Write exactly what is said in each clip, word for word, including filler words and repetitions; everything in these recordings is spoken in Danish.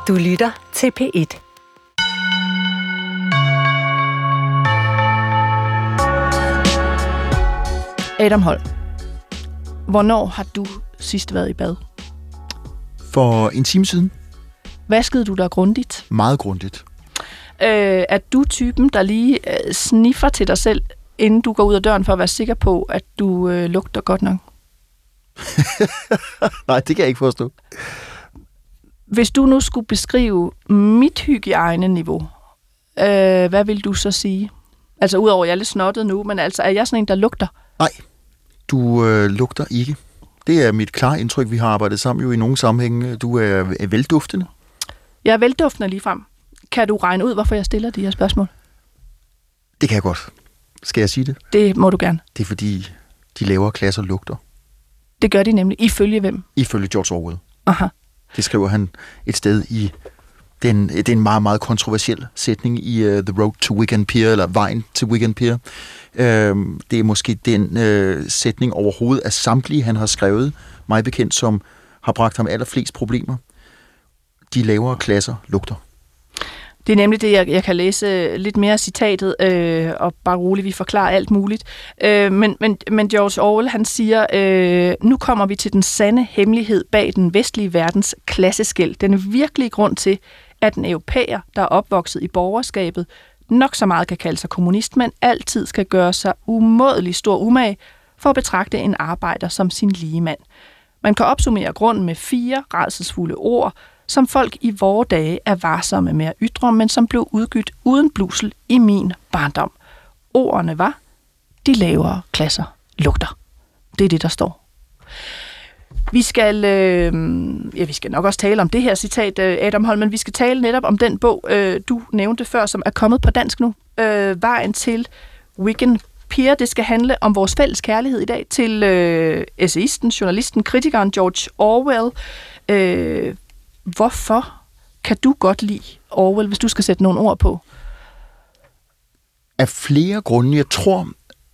Du lytter til P et. Adam Holm, hvornår har du sidst været i bad? For en time siden. Vaskede du dig grundigt? Meget grundigt. Øh, er du typen, der lige øh, sniffer til dig selv, inden du går ud af døren, for at være sikker på, at du øh, lugter godt nok? Nej, det kan jeg ikke forstå. Hvis du nu skulle beskrive mit hygiejneniveau, øh, hvad vil du så sige? Altså udover, at jeg er lidt snottet nu, men altså, er jeg sådan en, der lugter? Nej, du øh, lugter ikke. Det er mit klare indtryk. Vi har arbejdet sammen jo i nogle sammenhænge. Du er, er velduftende. Jeg er velduftende ligefrem. Kan du regne ud, hvorfor jeg stiller de her spørgsmål? Det kan jeg godt. Skal jeg sige det? Det må du gerne. Det er fordi, de lavere klasser lugter. Det gør de nemlig. Ifølge hvem? Ifølge George Orwell. Aha. Det skriver han et sted i... Den, det er en meget, meget kontroversiel sætning i uh, The Road to Wigan Pier, eller Vejen til Wigan Pier. Uh, det er måske den uh, sætning overhovedet af samtlige, han har skrevet, mig bekendt, som har bragt ham allerflest problemer. De lavere klasser lugter. Det er nemlig det, jeg, jeg kan læse lidt mere af citatet, øh, og bare roligt, vi forklarer alt muligt. Øh, men, men, men George Orwell, han siger, øh, nu kommer vi til den sande hemmelighed bag den vestlige verdens klasseskel. Den virkelige grund til, at en europæer, der er opvokset i borgerskabet, nok så meget kan kalde sig kommunist, men altid skal gøre sig umådelig stor umage for at betragte en arbejder som sin ligemand. Man kan opsummere grunden med fire rædselsfulde ord, som folk i vore dage er varsomme med at ytre, men som blev udgivet uden blusel i min barndom. Ordene var, de lavere klasser lugter. Det er det, der står. Vi skal, øh, ja, vi skal nok også tale om det her citat, Adam Holm, men vi skal tale netop om den bog, øh, du nævnte før, som er kommet på dansk nu. Øh, Vejen til Wigan Pier. Det skal handle om vores fælles kærlighed i dag til øh, essayisten, journalisten, kritikeren George Orwell. Øh, Hvorfor kan du godt lide Orwell, hvis du skal sætte nogle ord på? Af flere grunde. Jeg tror,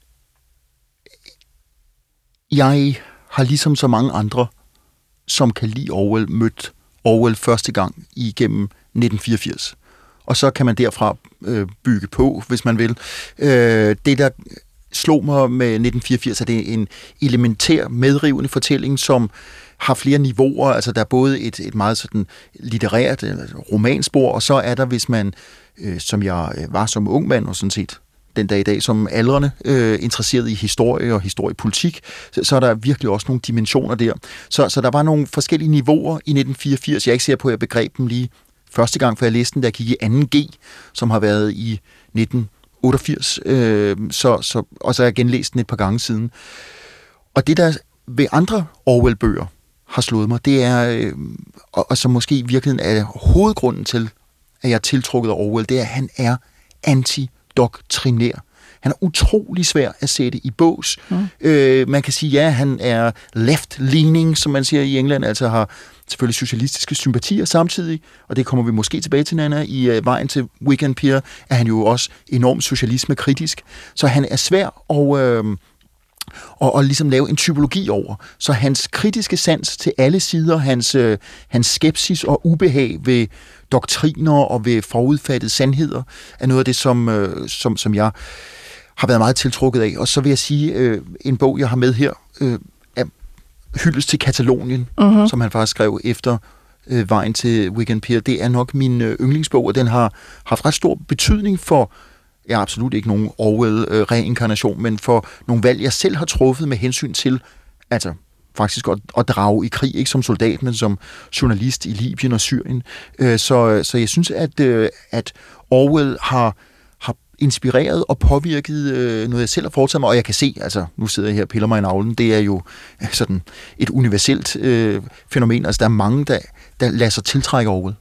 jeg har ligesom så mange andre, som kan lide Orwell, mødt Orwell første gang igennem nitten fireogfirs. Og så kan man derfra øh, bygge på, hvis man vil. Øh, det, der slog mig med nitten fireogfirs, er det en elementær, medrivende fortælling, som har flere niveauer. Altså, der er både et, et meget sådan litterært romanspor, og så er der, hvis man, øh, som jeg var som ung mand, og sådan set den dag i dag, som aldrende, øh, interesseret i historie og historiepolitik, så, så er der virkelig også nogle dimensioner der. Så, så der var nogle forskellige niveauer i nitten fireogfirs. Jeg er ikke sikker på, at jeg begreb dem lige første gang, for jeg læste den, der gik i anden G, som har været i nitten otteogfirs. Øh, så, så, og så har jeg genlæst den et par gange siden. Og det, der ved andre Orwell-bøger har slået mig, det er, øh, og, og som måske i virkeligheden er hovedgrunden til, at jeg er tiltrukket af Orwell, det er, at han er antidoktrinær. Han er utrolig svær at sætte i bås. Mm. Øh, man kan sige, ja, han er left-leaning, som man siger i England, altså har selvfølgelig socialistiske sympatier samtidig, og det kommer vi måske tilbage til, Nana, i uh, Vejen til Wigan Pier, er han jo også enormt socialisme-kritisk. Så han er svær og øh, Og, og ligesom lave en typologi over. Så hans kritiske sans til alle sider, hans, øh, hans skepsis og ubehag ved doktriner og ved forudfattede sandheder, er noget af det, som, øh, som, som jeg har været meget tiltrukket af. Og så vil jeg sige, øh, en bog, jeg har med her, øh, er Hyldest til Katalonien, uh-huh. som han faktisk skrev efter øh, Vejen til Wigan Pier. Det er nok min øh, yndlingsbog, og den har haft ret stor betydning for... Jeg er absolut ikke nogen Orwell-reinkarnation, men for nogle valg, jeg selv har truffet med hensyn til, altså faktisk at, at drage i krig, ikke som soldat, men som journalist i Libyen og Syrien. Så, så jeg synes, at, at Orwell har, har inspireret og påvirket noget, jeg selv har foretaget mig, og jeg kan se, altså nu sidder jeg her og piller mig i navlen, det er jo sådan et universelt øh, fænomen. Altså der er mange, der, der lader sig tiltrække Orwell.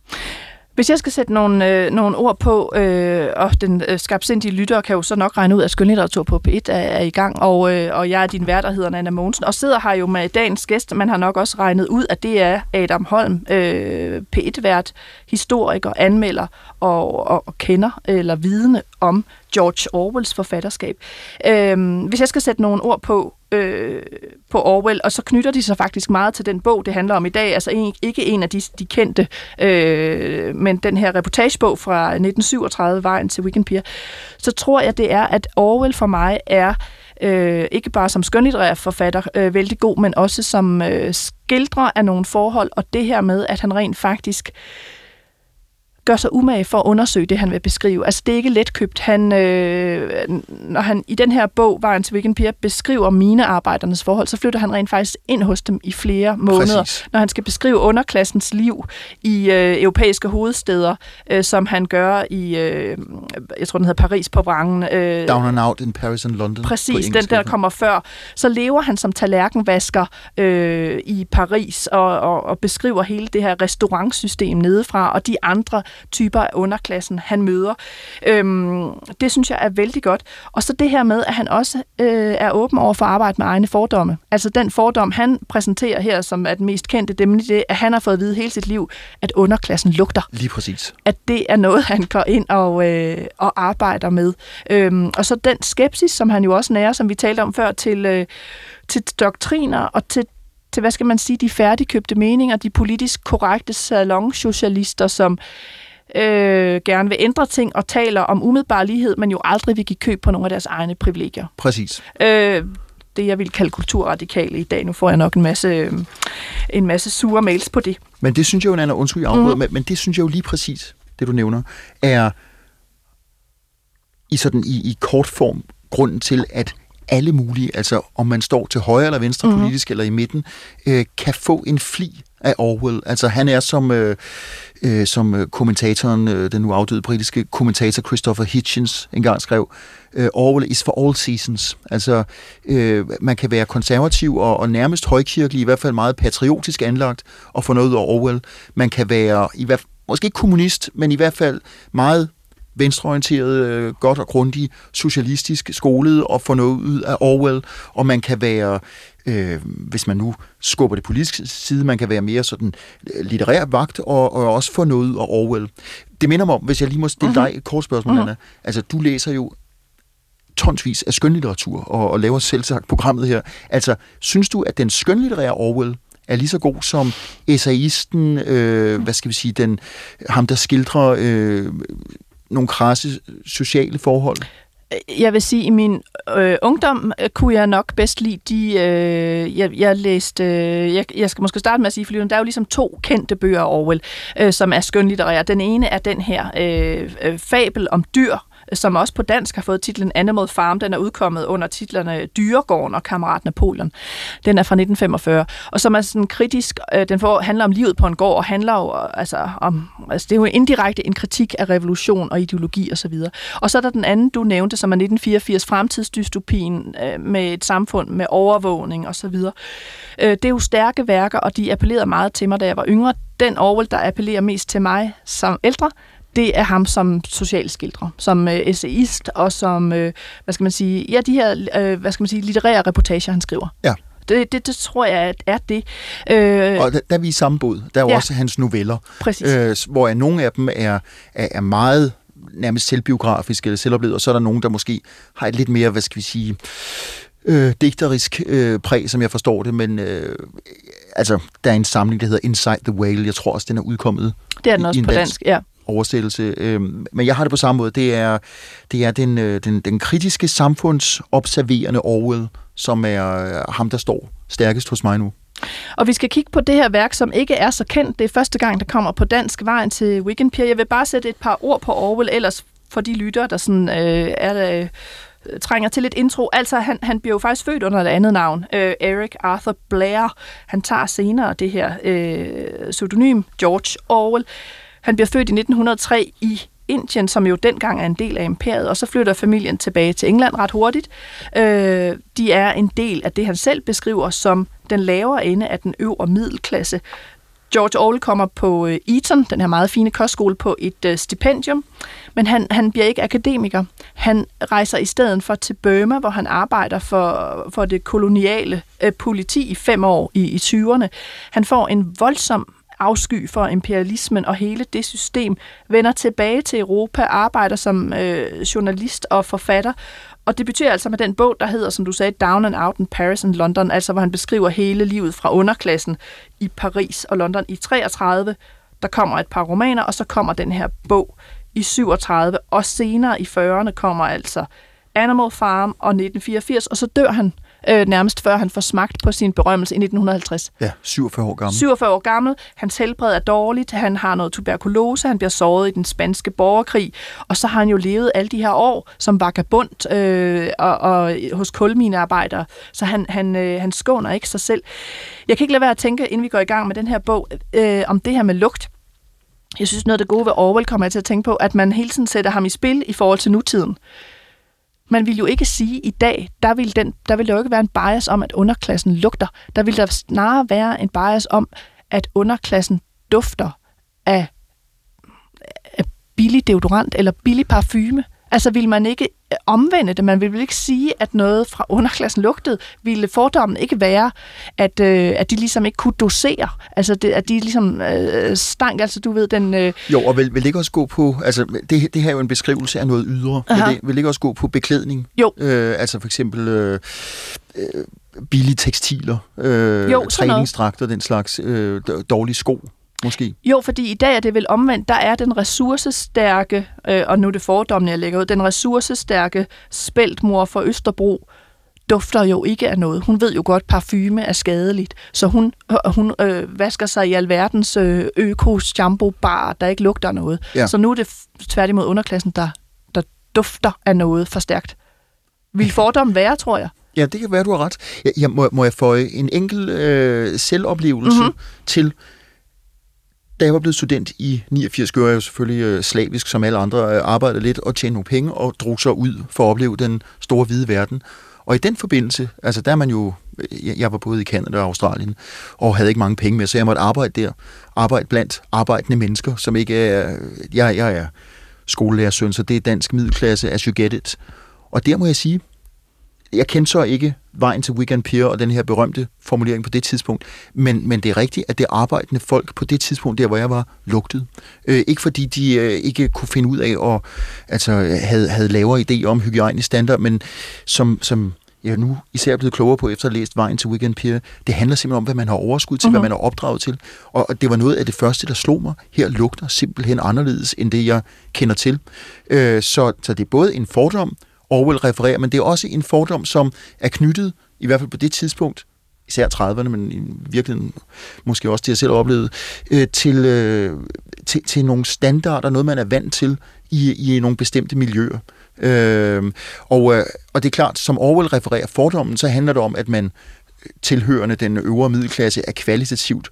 Hvis jeg skal sætte nogle, øh, nogle ord på, øh, og den øh, skarpsindige lytter kan jo så nok regne ud, at skønlitteratur på P et er, er i gang, og, øh, og jeg er din vært, der hedder Nanna Mogensen, og sidder her jo med dagens gæst. Man har nok også regnet ud, at det er Adam Holm, øh, P et-vært, historiker, anmelder og, og, og kender eller vidne om George Orwells forfatterskab. Øh, hvis jeg skal sætte nogle ord på, øh, på Orwell, og så knytter de sig faktisk meget til den bog, det handler om i dag, altså en, ikke en af de, de kendte, øh, men den her reportagebog fra nitten syvogtredive, Vejen til Weekendpiger, så tror jeg, det er, at Orwell for mig er Øh, ikke bare som skønlitterær forfatter øh, vældig god, men også som øh, skildrer af nogle forhold, og det her med, at han rent faktisk gør sig umage for at undersøge det, han vil beskrive. Altså, det er ikke letkøbt. Han, øh, når han i den her bog, Vejen til Weekendpiger, beskriver minearbejdernes forhold, så flytter han rent faktisk ind hos dem i flere måneder. Præcis. Når han skal beskrive underklassens liv i øh, europæiske hovedsteder, øh, som han gør i, øh, jeg tror, den hedder Paris på vrangen. Øh, Down and Out in Paris and London. Præcis, den der kommer før. Så lever han som tallerkenvasker øh, i Paris og, og, og beskriver hele det her restaurantsystem nedefra, og de andre typer af underklassen, han møder. Øhm, det synes jeg er vældig godt. Og så det her med, at han også øh, er åben over for at arbejde med egne fordomme. Altså den fordom, han præsenterer her, som er den mest kendte, det er det, at han har fået at vide hele sit liv, at underklassen lugter. Lige præcis. At det er noget, han går ind og, øh, og arbejder med. Øhm, og så den skepsis, som han jo også nærer, som vi talte om før, til, øh, til doktriner og til til, hvad skal man sige, de færdigkøbte meninger, de politisk korrekte salonsocialister, som øh, gerne vil ændre ting og taler om umiddelbar lighed, men jo aldrig vil give køb på nogle af deres egne privilegier. Præcis. Øh, det, jeg vil kalde kulturradikale i dag. Nu får jeg nok en masse, øh, en masse sure mails på det. Men det synes jeg jo, Anna, undskyld, jeg afbryder, mm. men, men det synes jeg jo lige præcis, det du nævner, er i, sådan, i, i kort form grunden til, at alle mulige, altså om man står til højre eller venstre mm-hmm. politisk eller i midten, øh, kan få en fli af Orwell. Altså han er som, øh, øh, som kommentatoren, øh, den nu afdøde britiske kommentator Christopher Hitchens engang skrev, øh, Orwell is for all seasons. Altså øh, man kan være konservativ og, og nærmest højkirkelig, i hvert fald meget patriotisk anlagt og få noget ud af Orwell. Man kan være, i hvert, måske ikke kommunist, men i hvert fald meget venstreorienteret, godt og grundigt, socialistisk skolet og få noget ud af Orwell, og man kan være, øh, hvis man nu skubber det politiske side, man kan være mere sådan litterær vagt og, og også få noget ud af Orwell. Det minder mig om, hvis jeg lige må stille dig et kort spørgsmål, uh-huh. Anna. Altså, du læser jo tonsvis af skønlitteratur og, og laver selvsagt programmet her. Altså, synes du, at den skønlitterære Orwell er lige så god som essayisten, øh, hvad skal vi sige, den, ham der skildrer øh, nogle krasse sociale forhold? Jeg vil sige, at i min øh, ungdom øh, kunne jeg nok bedst lide de... Øh, jeg, jeg læste... Øh, jeg, jeg skal måske starte med at sige, fordi der er jo ligesom to kendte bøger af Orwell, øh, som er skønlitterære. Den ene er den her øh, øh, fabel om dyr, som også på dansk har fået titlen Animal Farm. Den er udkommet under titlerne Dyregården og Kammerat Napoleon. Den er fra nitten femogfyrre, og som er sådan kritisk. Øh, den får, handler om livet på en gård, og handler jo altså om... Altså det er jo indirekte en kritik af revolution og ideologi osv. Og, og så er der den anden, du nævnte, som er nitten fireogfirs, fremtidsdystopien øh, med et samfund med overvågning osv. Øh, det er jo stærke værker, og de appellerede meget til mig, da jeg var yngre. Den Orwell, der appellerer mest til mig som ældre, det er ham som socialskildrer, som øh, essayist og som, øh, hvad skal man sige, ja, de her, øh, hvad skal man sige, litterære reportager, han skriver. Ja. Det, det, det tror jeg er det. Øh, og der, der er vi i samme båd. Der er jo ja. også hans noveller, øh, hvor nogle af dem er, er, er meget nærmest selvbiografiske eller selvoplevet, og så er der nogen, der måske har et lidt mere, hvad skal vi sige, øh, digterisk øh, præg, som jeg forstår det, men øh, altså, der er en samling, der hedder Inside the Whale. Jeg tror også, den er udkommet. Det er den også på dansk, dansk ja. oversættelse. Øhm, men jeg har det på samme måde. Det er, det er den, den, den kritiske, samfundsobserverende Orwell, som er ham, der står stærkest hos mig nu. Og vi skal kigge på det her værk, som ikke er så kendt. Det er første gang, der kommer på dansk, Vejen til Weekendpiger. Jeg vil bare sætte et par ord på Orwell, ellers for de lyttere, der sådan, øh, er... Øh, trænger til lidt intro. Altså, han, han bliver jo faktisk født under et andet navn. Øh, Eric Arthur Blair. Han tager senere det her øh, pseudonym, George Orwell. Han bliver født i nitten hundrede og tre i Indien, som jo dengang er en del af imperiet, og så flytter familien tilbage til England ret hurtigt. Øh, de er en del af det, han selv beskriver som den lavere ende af den øvre middelklasse. George Orwell kommer på Eton, den her meget fine kostskole, på et uh, stipendium, men han, han bliver ikke akademiker. Han rejser i stedet for til Burma, hvor han arbejder for, for det koloniale uh, politi i fem år i, i tyverne. Han får en voldsom afsky for imperialismen og hele det system, vender tilbage til Europa, arbejder som øh, journalist og forfatter, og debuterer altså med den bog, der hedder, som du sagde, Down and Out in Paris and London, altså hvor han beskriver hele livet fra underklassen i Paris og London i treogtredive. Der kommer et par romaner, og så kommer den her bog i syvogtredive, og senere i fyrrerne kommer altså Animal Farm og nitten fireogfirs, og så dør han øh, nærmest før han får smagt på sin berømmelse i nitten halvtreds. Ja, syvogfyrre år gammel. syvogfyrre år gammel. Hans helbred er dårligt. Han har noget tuberkulose. Han bliver såret i den spanske borgerkrig. Og så har han jo levet alle de her år som vagabond øh, og, og hos kulminearbejdere. Så han, han, øh, han skåner ikke sig selv. Jeg kan ikke lade være at tænke, inden vi går i gang med den her bog, øh, om det her med lugt. Jeg synes, noget af det gode ved Orwell kommer jeg til at tænke på, at man hele tiden sætter ham i spil i forhold til nutiden. Man vil jo ikke sige i dag, der vil, den, der vil der jo ikke være en bias om, at underklassen lugter. Der vil der snarere være en bias om, at underklassen dufter af, af billig deodorant eller billig parfume. Altså vil man ikke omvende det, man vil vel ikke sige, at noget fra underklassen lugtede, ville fordommen ikke være, at, øh, at de ligesom ikke kunne dosere, altså det, at de ligesom øh, stank, altså du ved den... Øh... Jo, og vil, vil ikke også gå på, altså det, det her er jo en beskrivelse af noget ydre, vil, det, vil ikke også gå på beklædning? Jo. Øh, altså for eksempel øh, øh, billige tekstiler, øh, jo, træningsdragter, den slags øh, dårlige sko. Måske. Jo, fordi i dag er det vel omvendt. Der er den ressourcestærke, øh, og nu er det fordommene, jeg lægger ud, den ressourcestærke spæltmor for Østerbro dufter jo ikke af noget. Hun ved jo godt, at parfume er skadeligt, så hun, øh, hun øh, vasker sig i alverdens øh, øko-shampoo-bar, der ikke lugter noget. Ja. Så nu er det tværtimod underklassen, der, der dufter af noget for stærkt. Vil fordommen være, tror jeg? Ja, det kan være, du har ret. Jeg, jeg, må, må jeg få en enkelt øh, selvoplevelse mm-hmm. til... Da jeg var blevet student i niogfirs, gjorde jeg jo selvfølgelig øh, slavisk, som alle andre, øh, arbejdede lidt og tjente nogle penge og drog så ud for at opleve den store hvide verden. Og i den forbindelse, altså der er man jo, jeg, jeg var både i Canada og Australien, og havde ikke mange penge med, så jeg måtte arbejde der. Arbejde blandt arbejdende mennesker, som ikke er, jeg, jeg er skolelærersøn, så det er dansk middelklasse, as you get it. Og der må jeg sige, jeg kendte så ikke vejen til Wigan Pier og den her berømte formulering på det tidspunkt, men, men det er rigtigt, at det arbejdende folk på det tidspunkt, der hvor jeg var, lugtede. Øh, ikke fordi de øh, ikke kunne finde ud af og altså havde, havde lavere idé om hygiejnisk standard, men som, som jeg nu især er blevet klogere på efter at have læst Vejen til Wigan Pier, det handler simpelthen om, hvad man har overskud til, mm-hmm. hvad man har opdraget til, og, og det var noget af det første, der slog mig. Her lugter simpelthen anderledes, end det jeg kender til. Øh, så, så det er både en fordom, Orwell refererer, men det er også en fordom, som er knyttet, i hvert fald på det tidspunkt, især trediverne, men i virkeligheden måske også det, jeg selv har oplevet, øh, til, øh, til, til nogle standarder, noget man er vant til i, i nogle bestemte miljøer. Øh, og, øh, og det er klart, som Orwell refererer fordommen, så handler det om, at man tilhørende den øvre middelklasse er kvalitativt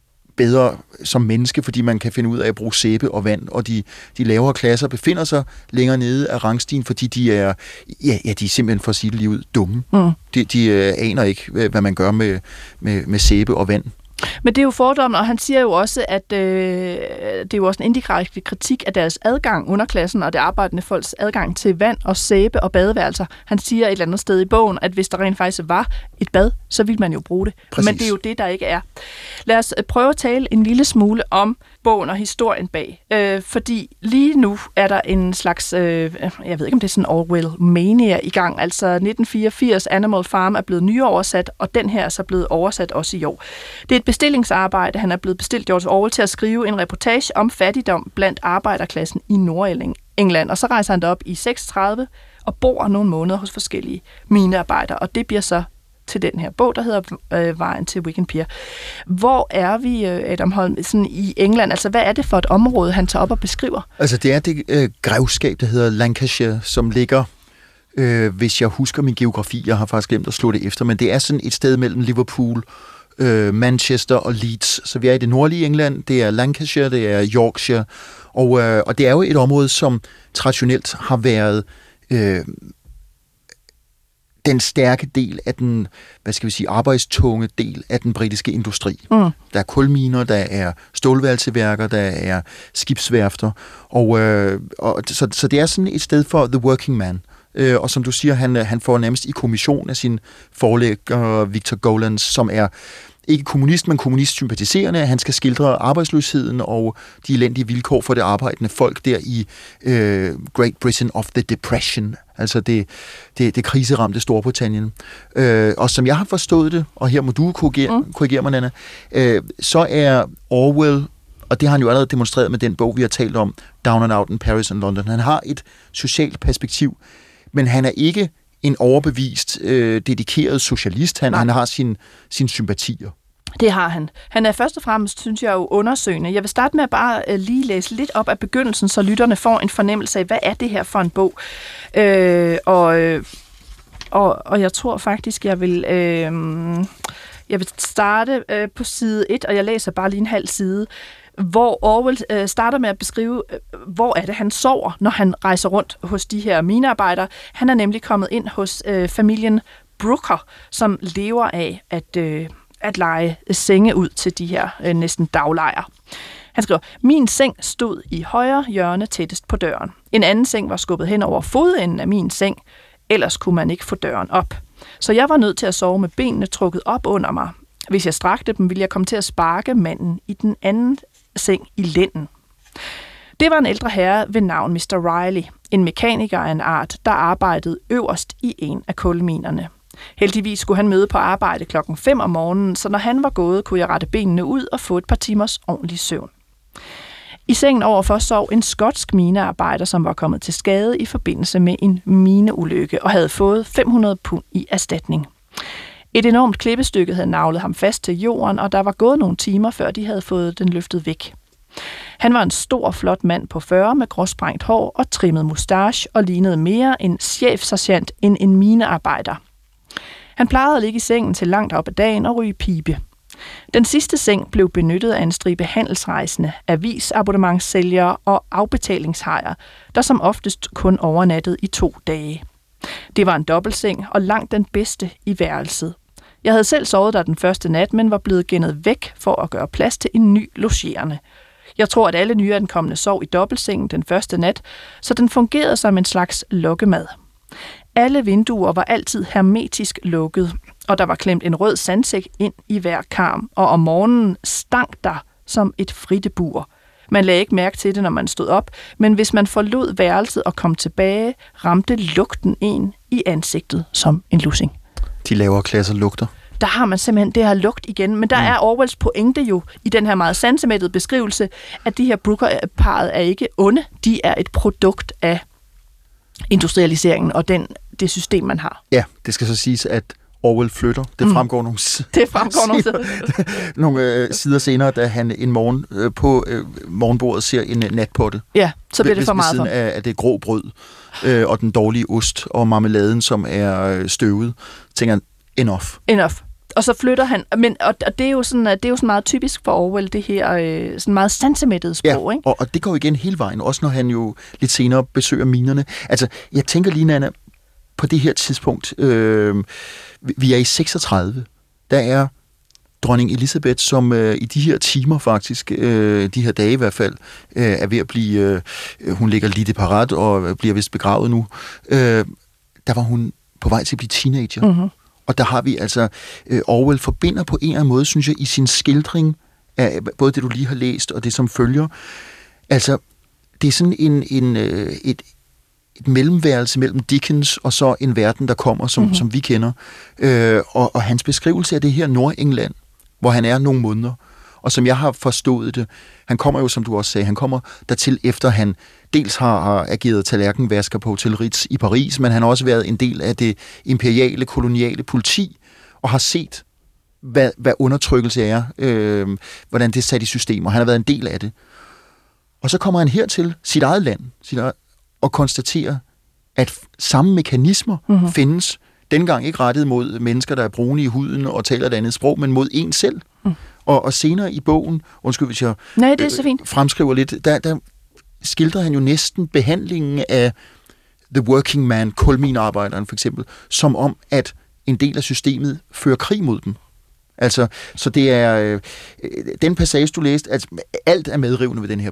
bedre som menneske, fordi man kan finde ud af at bruge sæbe og vand, og de, de lavere klasser befinder sig længere nede af rangstigen, fordi de er, ja, ja, de er simpelthen, for at sige det lige ud, dumme. Mm. De, de øh, aner ikke, hvad man gør med, med, med sæbe og vand. Men det er jo fordommen, og han siger jo også, at øh, det er jo også en indirekte kritik af deres adgang, underklassen og det arbejdende folks adgang til vand og sæbe og badeværelser. Han siger et eller andet sted i bogen, at hvis der rent faktisk var et bad, så ville man jo bruge det. Præcis. Men det er jo det, der ikke er. Lad os prøve at tale en lille smule om bogen og historien bag. Øh, fordi lige nu er der en slags, øh, jeg ved ikke om det er sådan Orwell-mania i gang. Altså nitten fireogfirs, Animal Farm er blevet nyoversat, og den her er så blevet oversat også i år. Det er et bestillingsarbejde. Han er blevet bestilt George Orwell til at skrive en reportage om fattigdom blandt arbejderklassen i Nordengland. Og så rejser han derop i seksogtredive og bor nogle måneder hos forskellige minearbejdere. Og det bliver så til den her bog, der hedder øh, Vejen til Wigan Pier. Hvor er vi, Adam Holm, sådan i England? Altså, hvad er det for et område, han tager op og beskriver? Altså, det er det øh, grevskab, der hedder Lancashire, som ligger, øh, hvis jeg husker min geografi, jeg har faktisk glemt at slå det efter, men det er sådan et sted mellem Liverpool, øh, Manchester og Leeds. Så vi er i det nordlige England, det er Lancashire, det er Yorkshire, og, øh, og det er jo et område, som traditionelt har været øh, den stærke del af den, hvad skal vi sige, arbejdstunge del af den britiske industri. Mm. Der er kulminer, der er stålvalseværker, der er skibsværfter, og, øh, og så, så det er sådan et sted for the working man. Øh, og som du siger, han, han får nærmest i kommission af sin forlægger Victor Gollancz, som er ikke kommunist, men kommunist-sympatiserende. Han skal skildre arbejdsløsheden og de elendige vilkår for det arbejdende folk der i øh, Great Britain of the Depression, altså det, det, det kriseramte Storbritannien. Øh, og som jeg har forstået det, og her må du korrigere, mm. korrigere mig, Nanna, øh, så er Orwell, og det har han jo allerede demonstreret med den bog, vi har talt om, Down and Out in Paris and London. Han har et socialt perspektiv, men han er ikke en overbevist, øh, dedikeret socialist. Han, han har sin, sin sympatier. Det har han. Han er først og fremmest, synes jeg, jo undersøgende. Jeg vil starte med at bare øh, lige læse lidt op af begyndelsen, så lytterne får en fornemmelse af, hvad er det her for en bog? Øh, og, øh, og, og jeg tror faktisk, jeg vil... Øh, jeg vil starte øh, på side et, og jeg læser bare lige en halv side, hvor Orwell øh, starter med at beskrive, øh, hvor er det, han sover, når han rejser rundt hos de her minearbejdere. Han er nemlig kommet ind hos øh, familien Brooker, som lever af at, øh, at lege senge ud til de her øh, næsten daglejre. Han skriver, min seng stod i højre hjørne tættest på døren. En anden seng var skubbet hen over fodenden af min seng, ellers kunne man ikke få døren op. Så jeg var nødt til at sove med benene trukket op under mig. Hvis jeg strakte dem, ville jeg komme til at sparke manden i den anden seng i lænden. Det var en ældre herre ved navn mister Riley, en mekaniker af en art, der arbejdede øverst i en af kulminerne. Heldigvis skulle han møde på arbejde klokken fem om morgenen, så når han var gået, kunne jeg rette benene ud og få et par timers ordentlig søvn. I sengen overfor sov en skotsk minearbejder, som var kommet til skade i forbindelse med en mineulykke og havde fået fem hundrede pund i erstatning. Et enormt klippestykke havde naglet ham fast til jorden, og der var gået nogle timer, før de havde fået den løftet væk. Han var en stor, flot mand på fyrre med gråsprængt hår og trimmet mustache og lignede mere en chefsergeant end en minearbejder. Han plejede at ligge i sengen til langt op ad dagen og ryge pibe. Den sidste seng blev benyttet af en stribe handelsrejsende, avisabonnementssælgere og afbetalingshajer, der som oftest kun overnattede i to dage. Det var en dobbeltseng og langt den bedste i værelset. Jeg havde selv sovet der den første nat, men var blevet gennet væk for at gøre plads til en ny logerende. Jeg tror, at alle nyankomne sov i dobbeltsengen den første nat, så den fungerede som en slags lokkemad. Alle vinduer var altid hermetisk lukket, og der var klemt en rød sandsæk ind i hver karm, og om morgenen stank der som et frittebur. Man lagde ikke mærke til det, når man stod op, men hvis man forlod værelset og kom tilbage, ramte lugten en i ansigtet som en lussing. De lavere klasser lugter. Der har man simpelthen det her lugt igen, men der mm. er Orwells pointe jo i den her meget sansemættede beskrivelse, at de her Brooker-parret er ikke onde, de er et produkt af industrialiseringen og den, det system, man har. Ja, det skal så siges, at Orwell flytter. Det Mm. fremgår nogle, Det fremgår nogle sider, nogle øh, sider senere, da han en morgen øh, på øh, morgenbordet ser en natpotte. Ja, så bliver det ved, for ved meget siden for. af, af det grå brød øh, og den dårlige ost og marmeladen, som er øh, støvet. Tænker han, enough. Enough. Og så flytter han, men og, og det er jo sådan, det er jo sådan meget typisk for Orwell, det her øh, sådan meget sansemættede sprog, ja, ikke? Og, og det går igen hele vejen, også når han jo lidt senere besøger minerne. Altså, jeg tænker lige, Nanna, på det her tidspunkt, øh, vi er i seksogtredive, der er dronning Elizabeth, som øh, i de her timer faktisk, øh, de her dage i hvert fald, øh, er ved at blive, øh, hun ligger lidt parat og bliver vist begravet nu, øh, der var hun på vej til at blive teenager. Mm-hmm. Og der har vi altså, øh, Orwell forbinder på en eller anden måde, synes jeg, i sin skildring af både det, du lige har læst, og det, som følger. Altså, det er sådan en, en, øh, et, et mellemværelse mellem Dickens og så en verden, der kommer, som, mm-hmm. som vi kender. Øh, og, og hans beskrivelse af det her Nordengland, hvor han er nogle måneder, og som jeg har forstået det, han kommer jo, som du også sagde, han kommer dertil efter han dels har, har ageret tallerkenvasker på Hotel Ritz i Paris, men han har også været en del af det imperiale, koloniale politi, og har set, hvad, hvad undertrykkelse er, øh, hvordan det er sat i systemer. Han har været en del af det. Og så kommer han hertil, sit eget land, sit eget, og konstaterer, at samme mekanismer mm-hmm. findes, dengang ikke rettet mod mennesker, der er brune i huden og taler et andet sprog, men mod en selv. Mm. Og, og senere i bogen, undskyld hvis jeg Nej, det er så fint. Øh, fremskriver lidt, der, der skildrer han jo næsten behandlingen af the working man, kulminarbejderen for eksempel, som om, at en del af systemet fører krig mod dem. Altså, så det er øh, den passage, du læste, altså alt er medrivende ved den her bog.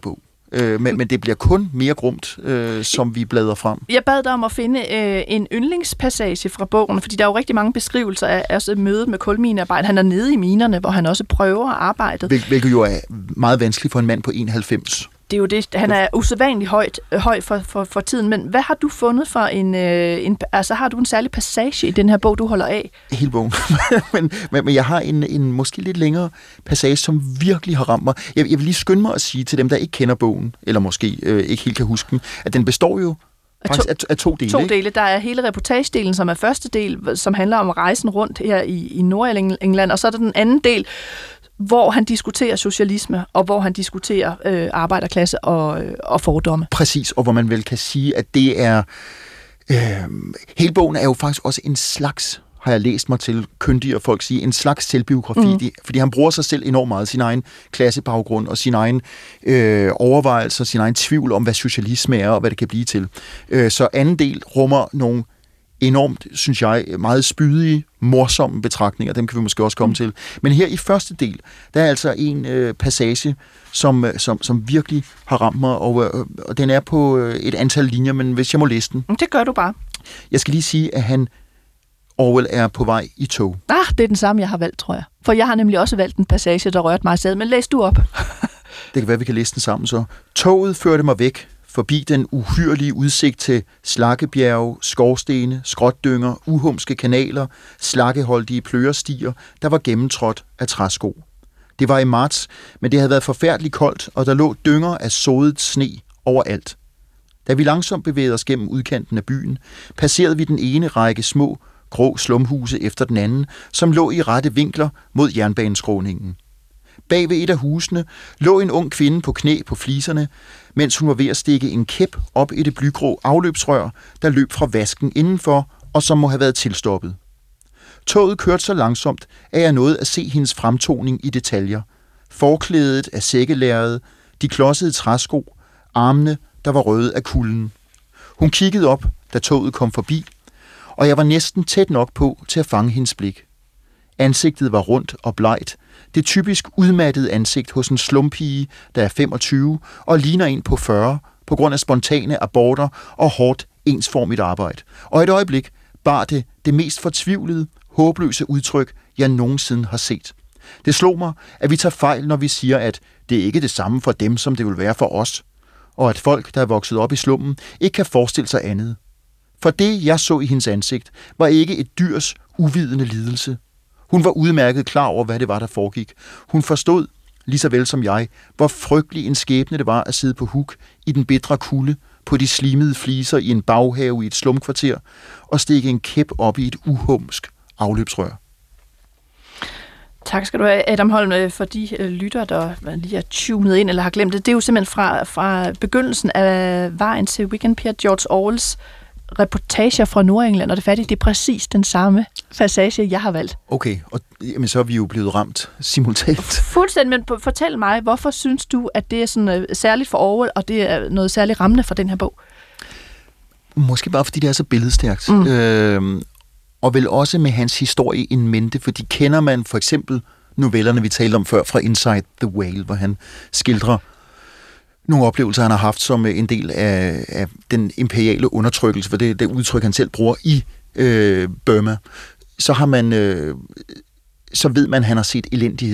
Øh, men, men det bliver kun mere grumt, øh, som vi bladrer frem. Jeg bad dig om at finde øh, en yndlingspassage fra bogen, fordi der er jo rigtig mange beskrivelser af altså, mødet med kulminearbejde. Han er nede i minerne, hvor han også prøver at arbejde. Hvil, hvilket jo er meget vanskeligt for en mand på enoghalvfems. Det er jo det. Han er usædvanligt højt, øh, høj for, for, for tiden, men hvad har du fundet for en, øh, en... Altså, har du en særlig passage i den her bog, du holder af? Hele bogen. men, men, men jeg har en, en måske lidt længere passage, som virkelig har ramt mig. Jeg, jeg vil lige skynde mig at sige til dem, der ikke kender bogen, eller måske øh, ikke helt kan huske den, at den består jo faktisk af to, af, af to dele. To dele. Der er hele reportagedelen, som er første del, som handler om rejsen rundt her i, i Nordengland, og så er der den anden del, hvor han diskuterer socialisme, og hvor han diskuterer øh, arbejderklasse og, øh, og fordomme. Præcis, og hvor man vel kan sige, at det er... Øh, hele bogen er jo faktisk også en slags, har jeg læst mig til, kyndige og folk sige, en slags selvbiografi, mm. de, fordi han bruger sig selv enormt meget, sin egen klassebaggrund og sin egen øh, overvejelser, sin egen tvivl om, hvad socialisme er og hvad det kan blive til. Øh, så anden del rummer nogle enormt, synes jeg, meget spydige, morsomme betragtninger. Dem kan vi måske også komme mm. til. Men her i første del, der er altså en øh, passage, som, som, som virkelig har ramt mig, og, øh, og den er på øh, et antal linjer, men hvis jeg må læse den. Det gør du bare. Jeg skal lige sige, at han, Orwell, er på vej i tog. Ah, det er den samme, jeg har valgt, tror jeg. For jeg har nemlig også valgt en passage, der rørte mig sad. Men læs du op. Det kan være, vi kan læse den sammen så. Toget førte mig væk forbi den uhyrlige udsigt til slakkebjerge, skorstene, skrotdynger, uhumske kanaler, slakkeholdige plørestier, der var gennemtrådt af træsko. Det var i marts, men det havde været forfærdeligt koldt, og der lå dynger af sodet sne overalt. Da vi langsomt bevægede os gennem udkanten af byen, passerede vi den ene række små, grå slumhuse efter den anden, som lå i rette vinkler mod jernbaneskråningen. Bag ved et af husene lå en ung kvinde på knæ på fliserne, mens hun var ved at stikke en kæp op i det blygrå afløbsrør, der løb fra vasken indenfor, og som må have været tilstoppet. Toget kørte så langsomt, at jeg nåede at se hendes fremtoning i detaljer. Forklædet af sækkelærred, de klodsede træsko, armene, der var røde af kulden. Hun kiggede op, da toget kom forbi, og jeg var næsten tæt nok på til at fange hendes blik. Ansigtet var rundt og blegt, det typisk udmattede ansigt hos en slumpige, der er femogtyve og ligner en på fyrre på grund af spontane aborter og hårdt ensformigt arbejde. Og et øjeblik bar det det mest fortvivlede, håbløse udtryk, jeg nogensinde har set. Det slog mig, at vi tager fejl, når vi siger, at det ikke er det samme for dem, som det vil være for os, og at folk, der er vokset op i slummen, ikke kan forestille sig andet. For det, jeg så i hendes ansigt, var ikke et dyrs uvidende lidelse. Hun var udmærket klar over, hvad det var, der foregik. Hun forstod, lige så vel som jeg, hvor frygtelig en skæbne det var at sidde på huk i den bitre kulde, på de slimede fliser i en baghave i et slumkvarter, og stikke en kæp op i et uhumsk afløbsrør. Tak skal du have, Adam Holm, for de lytter, der lige er tunet ind eller har glemt det. Det er jo simpelthen fra, fra begyndelsen af Vejen til Weekendpiger, George Orwells reportager fra Nordengland, og det er færdigt, det er præcis den samme passage, jeg har valgt. Okay, og jamen, så er vi jo blevet ramt simultant. Fuldstændig, men fortæl mig, hvorfor synes du, at det er sådan uh, særligt for Orwell, og det er noget særligt rammende for den her bog? Måske bare fordi det er så billedstærkt. Mm. Øh, og vel også med hans historie in mente, fordi kender man for eksempel novellerne, vi talte om før, fra Inside the Whale, hvor han skildrer nogle oplevelser, han har haft som en del af, af den imperiale undertrykkelse, for det, det udtryk, han selv bruger i øh, Burma, så har man, øh, så ved man, at han har set elendighed.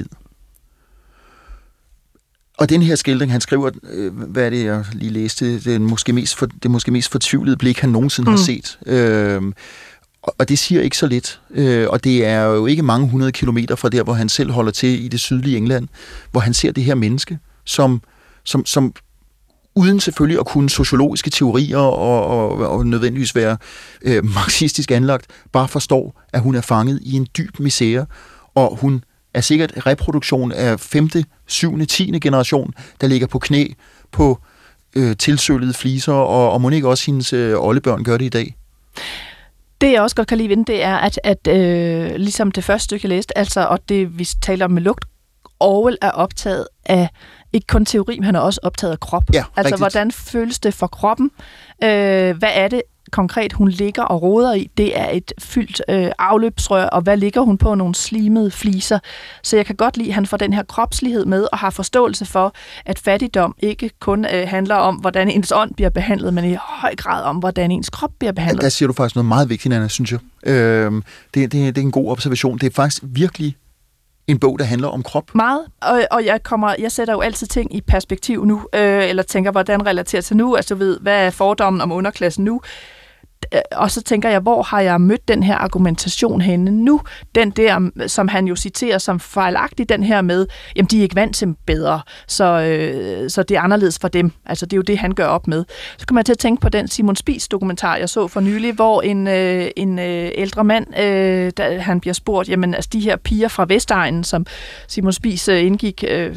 Og den her skildring, han skriver, øh, hvad er det, jeg lige læste, det er måske mest, for, det er måske mest fortvivlede blik, han nogensinde mm. har set. Øh, og det siger ikke så lidt. Øh, og det er jo ikke mange hundrede kilometer fra der, hvor han selv holder til i det sydlige England, hvor han ser det her menneske, som Som, som uden selvfølgelig at kunne sociologiske teorier og, og, og nødvendigvis være øh, marxistisk anlagt, bare forstår, at hun er fanget i en dyb misære, og hun er sikkert reproduktion af femte, syvende, tiende generation, der ligger på knæ på øh, tilsølede fliser, og, og må ikke også hendes øh, oldebørn gør det i dag? Det, jeg også godt kan lide ved det, er, at, at øh, ligesom det første stykke, jeg læste, altså, og det, vi taler om med lugt, Orwell er optaget af ikke kun teori, men han er også optaget af krop. Ja, altså, rigtigt. Hvordan føles det for kroppen? Øh, hvad er det, konkret hun ligger og roder i, det er et fyldt øh, afløbsrør, og hvad ligger hun på? Nogle slimede fliser. Så jeg kan godt lide, at han får den her kropslighed med, og har forståelse for, at fattigdom ikke kun øh, handler om, hvordan ens ånd bliver behandlet, men i høj grad om, hvordan ens krop bliver behandlet. Der siger du faktisk noget meget vigtigt, Anna, synes jeg. Øh, det, det, det er en god observation. Det er faktisk virkelig en bog, der handler om krop. Meget, og, og jeg, kommer, jeg sætter jo altid ting i perspektiv nu, øh, eller tænker, hvordan relaterer til nu, altså du ved, hvad er fordommen om underklassen nu? Og så tænker jeg, hvor har jeg mødt den her argumentation henne nu? Den der, som han jo citerer som fejlagtig, den her med, jamen de er ikke vant til bedre, så, øh, så det er anderledes for dem. Altså det er jo det, han gør op med. Så kommer jeg til at tænke på den Simon Spies dokumentar, jeg så for nylig, hvor en, øh, en øh, ældre mand, øh, der, han bliver spurgt, jamen altså de her piger fra Vestegnen, som Simon Spies øh, indgik øh,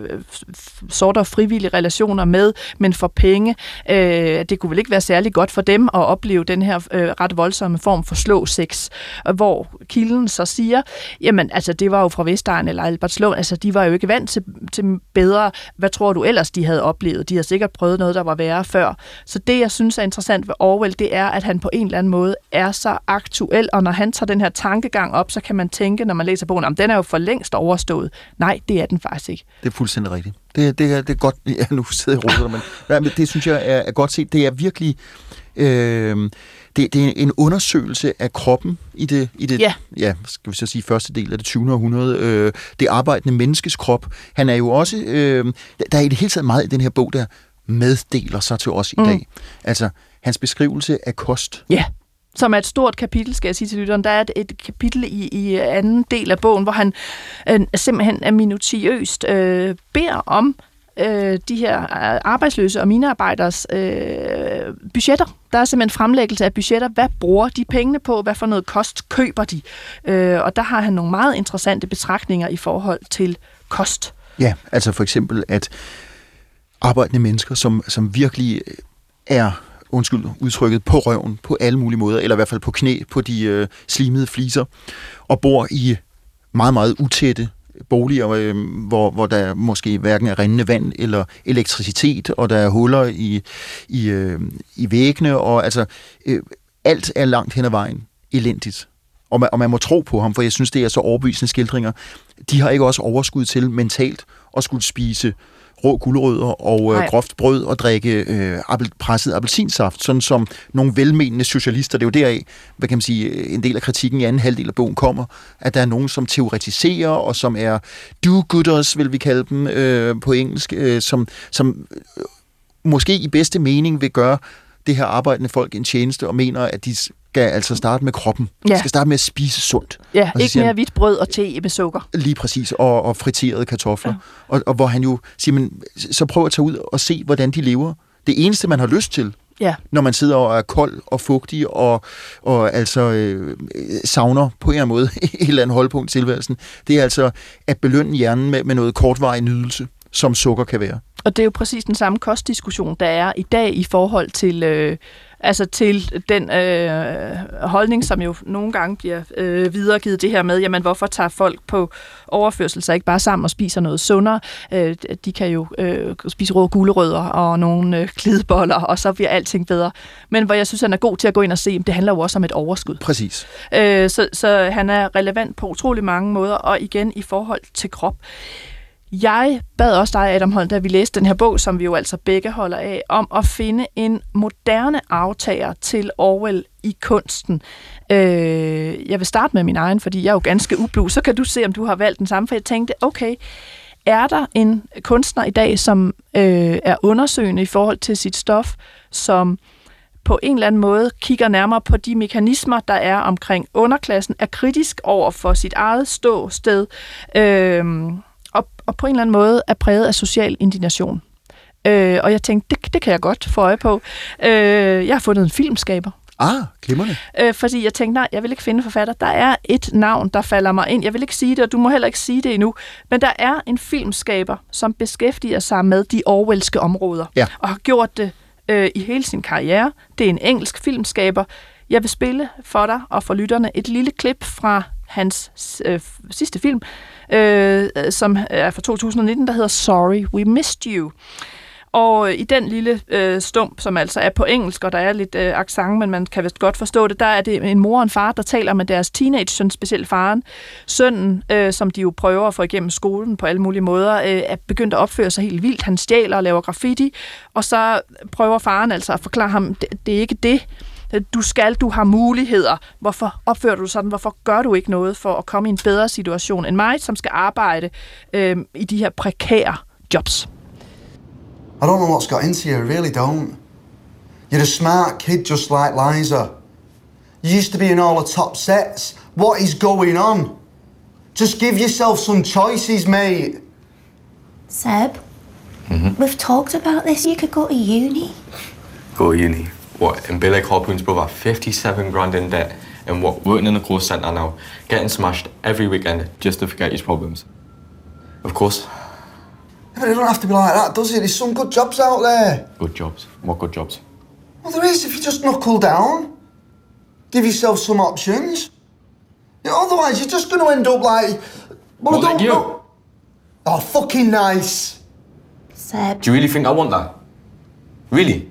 sort og frivillige relationer med, men for penge, øh, det kunne vel ikke være særlig godt for dem at opleve den her øh, ret voldsomme form for slå sex, hvor kilden så siger, jamen altså det var jo fra Vestegn eller Albertslund, altså de var jo ikke vant til, til bedre. Hvad tror du ellers, de havde oplevet? De har sikkert prøvet noget, der var værre før. Så det, jeg synes er interessant ved Orwell, det er, at han på en eller anden måde er så aktuel, og når han tager den her tankegang op, så kan man tænke, når man læser bogen, om den er jo for længst overstået. Nej, det er den faktisk ikke. Det er fuldstændig rigtigt. Det, det, er, det er godt, ja, nu sidder jeg og roder, men, men det synes jeg er, er godt set. Det er virkelig øh, det, det er en undersøgelse af kroppen i det, i det ja. Ja, skal vi så sige, første del af det tyvende århundrede. Øh, det arbejdende menneskes krop. Han er jo også, øh, der er i det hele taget meget i den her bog, der meddeler sig til os i mm. dag. Altså, hans beskrivelse af kost. Ja. Som er et stort kapitel, skal jeg sige til lytteren. Der er et, et kapitel i, i anden del af bogen, hvor han øh, simpelthen er minutiøst øh, beder om øh, de her arbejdsløse og minearbejderes øh, budgetter. Der er simpelthen fremlæggelse af budgetter. Hvad bruger de pengene på? Hvad for noget kost køber de? Øh, og der har han nogle meget interessante betragtninger i forhold til kost. Ja, altså for eksempel, at arbejdende mennesker, som, som virkelig er undskyld udtrykket, på røven, på alle mulige måder, eller i hvert fald på knæ, på de øh, slimede fliser, og bor i meget, meget utætte boliger, øh, hvor, hvor der måske hverken er rindende vand eller elektricitet, og der er huller i, i, øh, i væggene, og altså øh, alt er langt hen ad vejen elendigt. Og man, og man må tro på ham, for jeg synes, det er så overbevisende skildringer. De har ikke også overskud til mentalt at skulle spise rå gulerødder og øh, groft brød og drikke øh, presset appelsinsaft, sådan som nogle velmenende socialister. Det er jo deraf, hvad kan man sige, en del af kritikken i anden halvdel af bogen kommer, at der er nogen, som teoretiserer, og som er do-gooders, vil vi kalde dem øh, på engelsk, øh, som, som øh, måske i bedste mening vil gøre det her arbejdende folk en tjeneste, og mener, at de skal altså starte med kroppen. Ja. De skal starte med at spise sundt. Ja, og ikke mere hvidt brød og te med sukker. Lige præcis, og, og friterede kartofler. Ja. Og, og hvor han jo siger, men, så prøv at tage ud og se, hvordan de lever. Det eneste, man har lyst til, ja. når man sidder og er kold og fugtig, og, og altså øh, savner på en eller anden måde et eller andet holdpunkt i tilværelsen, det er altså at belønne hjernen med, med noget kortvarig nydelse, som sukker kan være. Og det er jo præcis den samme kostdiskussion, der er i dag i forhold til, øh, altså til den øh, holdning, som jo nogle gange bliver øh, videregivet det her med, jamen hvorfor tager folk på overførsel sig ikke bare sammen og spiser noget sundere? Øh, de kan jo øh, spise rå gulerødder og nogle øh, glideboller, og så bliver alting bedre. Men hvor jeg synes, han er god til at gå ind og se, det handler jo også om et overskud. Præcis. Øh, så, så han er relevant på utrolig mange måder, og igen i forhold til krop. Jeg bad også dig, Adam Holm, da vi læste den her bog, som vi jo altså begge holder af, om at finde en moderne aftager til Orwell i kunsten. Øh, jeg vil starte med min egen, fordi jeg er jo ganske ublu. Så kan du se, om du har valgt den samme, for jeg tænkte, okay, er der en kunstner i dag, som øh, er undersøgende i forhold til sit stof, som på en eller anden måde kigger nærmere på de mekanismer, der er omkring underklassen, er kritisk over for sit eget ståsted, øh, Og, og på en eller anden måde er præget af social indignation. Øh, og jeg tænkte, det, det kan jeg godt få øje på. Øh, jeg har fundet en filmskaber. Ah, glimrende. Øh, fordi jeg tænkte, nej, jeg vil ikke finde forfatter. Der er et navn, der falder mig ind. Jeg vil ikke sige det, og du må heller ikke sige det endnu. Men der er en filmskaber, som beskæftiger sig med de orwellske områder. Ja. Og har gjort det øh, i hele sin karriere. Det er en engelsk filmskaber. Jeg vil spille for dig og for lytterne et lille klip fra hans øh, sidste film, øh, som er fra to tusind nitten, der hedder Sorry, We Missed You. Og i den lille øh, stump, som altså er på engelsk, og der er lidt øh, accent, men man kan vist godt forstå det, der er det en mor og en far, der taler med deres teenage-søn, specielt faren. Sønnen, øh, som de jo prøver at få igennem skolen på alle mulige måder, øh, er begyndt at opføre sig helt vildt. Han stjæler og laver graffiti, og så prøver faren altså at forklare ham, det, det er ikke det. Du skal, du har muligheder. Hvorfor opfører du sådan? Hvorfor gør du ikke noget for at komme i en bedre situation end mig, som skal arbejde øh, i de her prekære jobs? I don't know what's got into you, I really don't. You're a smart kid just like Liza. You used to be in all the top sets. What is going on? Just give yourself some choices, mate. Seb, Mm-hmm. we've talked about this. You could go to uni. Go to uni. What? And be like Harpoon's brother, fifty-seven grand in debt, and what? Working in the call centre now, getting smashed every weekend just to forget his problems. Of course. But it don't have to be like that, does it? There's some good jobs out there. Good jobs. What good jobs? Well, there is if you just knuckle down. Give yourself some options. You know, otherwise, you're just going to end up like... Well, What, I don't like you? know. Oh, fucking nice. Seb. Do you really think I want that? Really?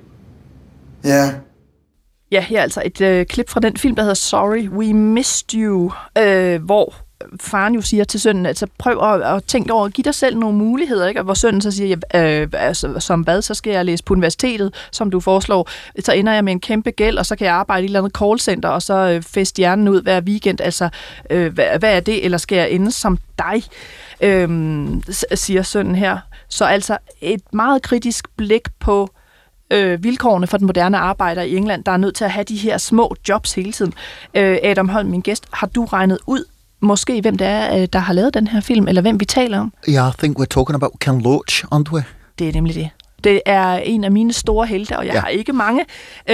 Yeah. Ja, her er altså et øh, klip fra den film, der hedder Sorry, We Missed You, øh, hvor faren jo siger til sønnen, altså prøv at, at tænke over, giv dig selv nogle muligheder, ikke? Og hvor sønnen så siger, øh, altså, som hvad, så skal jeg læse på universitetet, som du foreslår, så ender jeg med en kæmpe gæld, og så kan jeg arbejde i et eller andet callcenter, og så øh, feste hjernen ud hver weekend, altså øh, hvad, hvad er det, eller skal jeg ende som dig, øh, siger sønnen her. Så altså et meget kritisk blik på Øh, vilkårene for den moderne arbejder i England, der er nødt til at have de her små jobs hele tiden. Øh, Adam Holm, min gæst, har du regnet ud, måske hvem det er, der har lavet den her film, eller hvem vi taler om? Yeah, I think we're talking about Ken Loach, aren't we? Det er nemlig det. Det er en af mine store helte, og jeg ja. har ikke mange.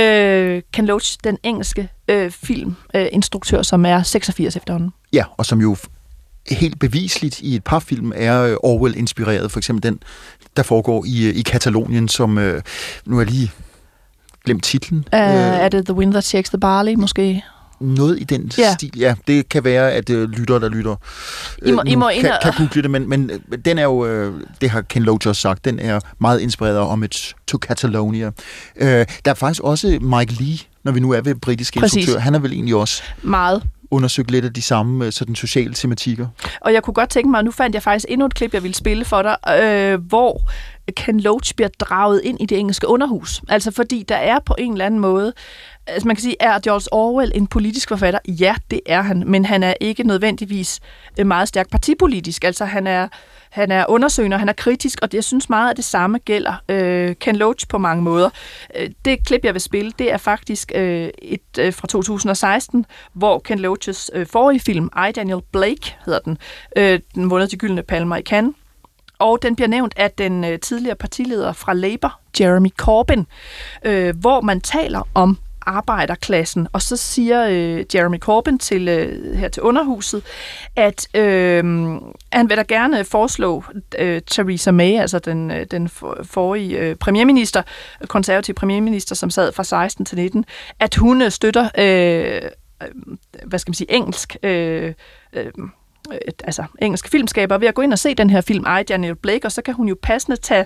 Øh, Ken Loach, den engelske øh, filminstruktør, øh, som er seksogfirs efterhånden. Ja, og som jo helt bevisligt i et par film er Orwell-inspireret. For eksempel den, der foregår i, i Katalonien, som... Øh, nu er jeg lige glemt titlen. Uh, øh, er det The Wind That Shakes the Barley, måske? Noget i den ja. stil. Ja, det kan være, at øh, lytter, der lytter, øh, I må, I må kan, kan google det, men, men den er jo, øh, det har Ken Loach også sagt, den er meget inspireret af Homage to Catalonia. Øh, der er faktisk også Mike Leigh, når vi nu er ved britiske instruktør. Han er vel egentlig også... Meget. undersøgt lidt af de samme sådan, sociale tematikker. Og jeg kunne godt tænke mig, nu fandt jeg faktisk endnu et klip, jeg ville spille for dig, øh, hvor Ken Loach bliver draget ind i det engelske underhus. Altså fordi der er på en eller anden måde, altså man kan sige, er George Orwell en politisk forfatter? Ja, det er han, men han er ikke nødvendigvis meget stærk partipolitisk. Altså han er, han er undersøgende, han er kritisk, og det, jeg synes meget af det samme gælder øh, Ken Loach på mange måder. Det klip, jeg vil spille, det er faktisk øh, et øh, fra to tusind og seksten, hvor Ken Loach's øh, forrige film, I, Daniel Blake, hedder den, øh, den vundet de gyldne palmer i Cannes. Og den bliver nævnt af den øh, tidligere partileder fra Labour, Jeremy Corbyn, øh, hvor man taler om arbejderklassen. Og så siger øh, Jeremy Corbyn til, øh, her til underhuset, at øh, han vil da gerne foreslå øh, Theresa May, altså den, øh, den for, forrige øh, premierminister, konservativ premierminister, som sad fra seksten til nitten, at hun øh, støtter, øh, øh, hvad skal man sige, engelsk... Øh, øh, altså engelske filmskaber ved at gå ind og se den her film, I, Daniel Blake, og så kan hun jo passende tage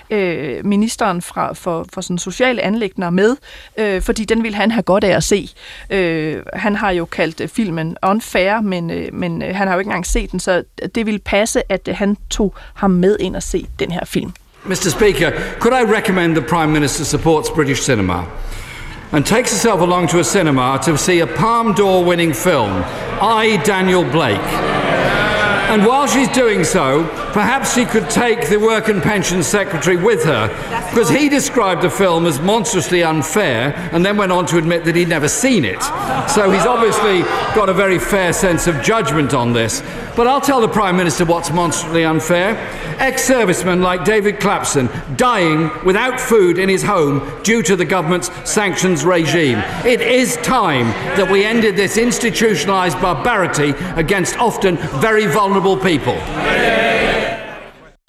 øh, ministeren fra, for, for sådan sociale anliggender med, øh, fordi den vil han have godt af at se. Øh, han har jo kaldt øh, filmen unfair, men, øh, men øh, han har jo ikke engang set den, så det vil passe, at øh, han tog ham med ind og se den her film. mister Speaker, could I recommend the Prime Minister supports British cinema and takes herself along to a cinema to see a Palme d'Or winning film, I, Daniel Blake. And while she's doing so, perhaps she could take the Work and Pensions Secretary with her, because he described the film as monstrously unfair and then went on to admit that he'd never seen it. So he's obviously got a very fair sense of judgment on this. But I'll tell the Prime Minister what's monstrously unfair. Ex-servicemen like David Clapson dying without food in his home due to the government's sanctions regime. It is time that we ended this institutionalised barbarity against often very vulnerable people.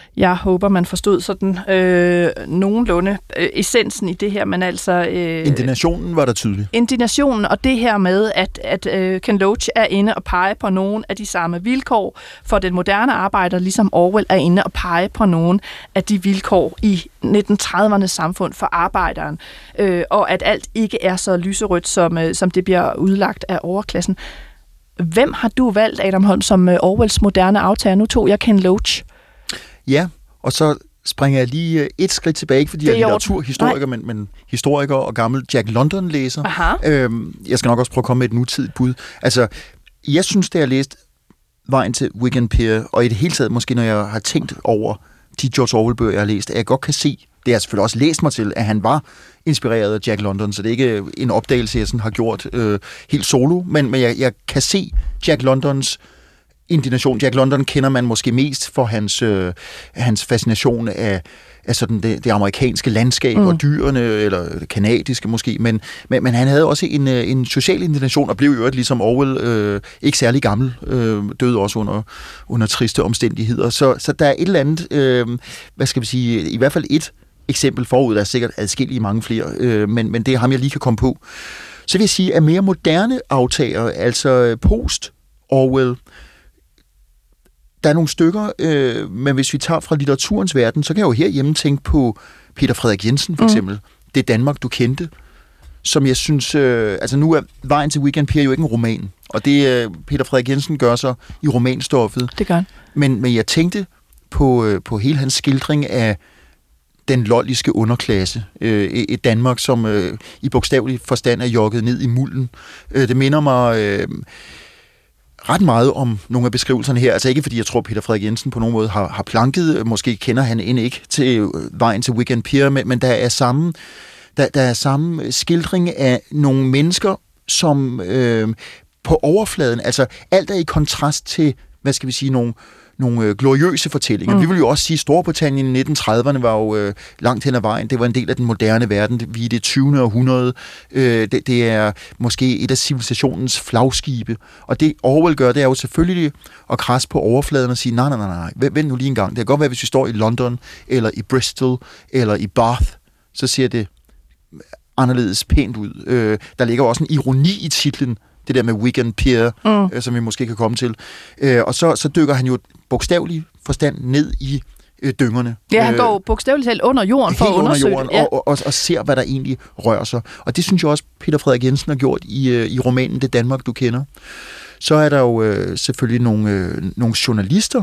Jeg håber, man forstod sådan øh, nogenlunde øh, essensen i det her, men altså... Øh, Indignationen var der tydelig. Indignationen og det her med, at, at øh, Ken Loach er inde og pege på nogle af de samme vilkår for den moderne arbejder, ligesom Orwell er inde og pege på nogle af de vilkår i nitten tredivernes samfund for arbejderen, øh, og at alt ikke er så lyserødt, som, øh, som det bliver udlagt af overklassen. Hvem har du valgt, Adam Holm, som øh, Orwells moderne aftager? Nu tog jeg Ken Loach. Ja, og så springer jeg lige et skridt tilbage, ikke fordi jeg er litteraturhistoriker, men, men historiker og gammel Jack London-læser. Øhm, jeg skal nok også prøve at komme med et nutidigt bud. Altså, jeg synes, da jeg læste Vejen til Wigan Pier, og i det hele taget måske, når jeg har tænkt over de George Orwell-bøger, jeg har læst, at jeg godt kan se, det har jeg selvfølgelig også læst mig til, at han var inspireret af Jack London, så det er ikke en opdagelse, jeg sådan har gjort øh, helt solo, men, men jeg, jeg kan se Jack Londons indignation. Jack London kender man måske mest for hans, øh, hans fascination af, af sådan det, det amerikanske landskab mm. og dyrene, eller det kanadiske måske, men, men, men han havde også en, en social indignation, og blev jo ligesom Orwell øh, ikke særlig gammel, øh, døde også under, under triste omstændigheder. Så, så der er et eller andet, øh, hvad skal vi sige, i hvert fald et eksempel forud, der er sikkert adskillige mange flere, øh, men, men det er ham, jeg lige kan komme på. Så vil jeg sige, at mere moderne aftager, altså post-Orwell, der er nogle stykker, øh, men hvis vi tager fra litteraturens verden, så kan jeg jo herhjemme tænke på Peter Frederik Jensen, for eksempel. Mm. Det Danmark, du kendte, som jeg synes... Øh, altså nu er Vejen til Wigan Pier jo ikke en roman, og det øh, Peter Frederik Jensen gør så i romanstoffet. Det gør han. Men, men jeg tænkte på, øh, på hele hans skildring af den lolliske underklasse. Øh, et Danmark, som øh, i bogstavelig forstand er jogget ned i mulden. Øh, det minder mig... Øh, ret meget om nogle af beskrivelserne her. Altså ikke fordi jeg tror, Peter Frederik Jensen på nogen måde har, har planket. Måske kender han end ikke til Vejen til Wigan Pier, men, men der er samme, der, der er samme skildring af nogle mennesker, som øh, på overfladen, altså alt er i kontrast til, hvad skal vi sige, nogle nogle øh, gloriøse fortællinger. Mm. Vi vil jo også sige, at Storbritannien i nitten trediverne var jo øh, langt hen ad vejen. Det var en del af den moderne verden. Vi er i det tyvende århundrede. Øh, det, det er måske et af civilisationens flagskibe. Og det Orwell gør, det er jo selvfølgelig at krasse på overfladen og sige, nej, nej, nej, nej, vent nu lige en gang. Det kan godt være, hvis vi står i London, eller i Bristol, eller i Bath, så ser det anderledes pænt ud. Øh, der ligger også en ironi i titlen, det der med Wigan Pier, mm. øh, som vi måske kan komme til. Øh, og så, så dykker han jo bogstaveligt forstand ned i øh, dyngerne. Ja, han går bogstaveligt talt under jorden for at undersøge jorden, ja. og, og, og ser, hvad der egentlig rører sig. Og det synes jeg også, Peter Frederik Jensen har gjort i, øh, i romanen Det Danmark, du kender. Så er der jo øh, selvfølgelig nogle, øh, nogle journalister,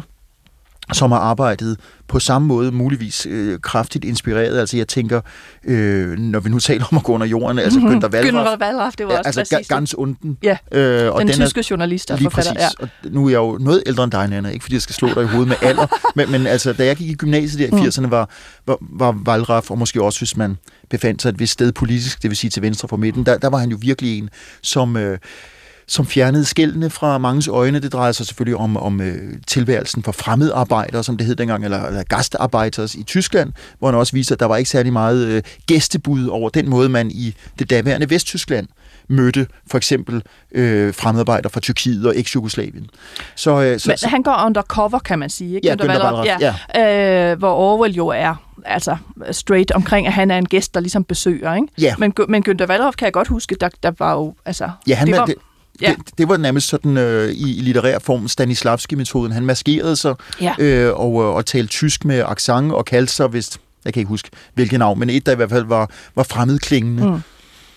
som har arbejdet på samme måde, muligvis øh, kraftigt inspireret. Altså jeg tænker, øh, når vi nu taler om at gå under jorden, altså mm-hmm. Günther Wallraff. Günther Wallraff, det var ja, også altså præcis. Ganz unten. Ja, øh, og den, den tyske er, journalist og lige forfatter. Præcis. Ja. Og nu er jeg jo noget ældre end dig, Nanna, ikke fordi jeg skal slå dig i hovedet med alder, men, men altså, da jeg gik i gymnasiet der i firserne, var, var, var Wallraff, og måske også, hvis man befandt sig et vist sted politisk, det vil sige til venstre for midten, der, der var han jo virkelig en, som... Øh, som fjernede skældene fra manges øjne. Det drejer sig selvfølgelig om, om øh, tilværelsen for fremmedarbejdere, som det hed dengang, eller, eller gastarbejders i Tyskland, hvor han også viser, at der var ikke særlig meget øh, gæstebud over den måde, man i det daværende Vesttyskland mødte for eksempel øh, fremmedarbejdere fra Tyrkiet og eks-Jugoslavien. Så, øh, så, Men han går undercover, kan man sige. Ikke? Ja, Günther Wallraff, ja. ja. Øh, hvor Orwell jo er altså straight omkring, at han er en gæst, der ligesom besøger. Ikke? Ja. Men, men Günther Wallraff kan jeg godt huske, der, der var jo... Altså, ja, han det var, det, Ja. Det, det var nærmest sådan øh, i, i litterær form Stanislavski-metoden. Han maskerede sig ja. øh, og, og talte tysk med accent og kaldte sig, vist, jeg kan ikke huske hvilket navn, men et, der i hvert fald var, var fremmedklingende. Mm.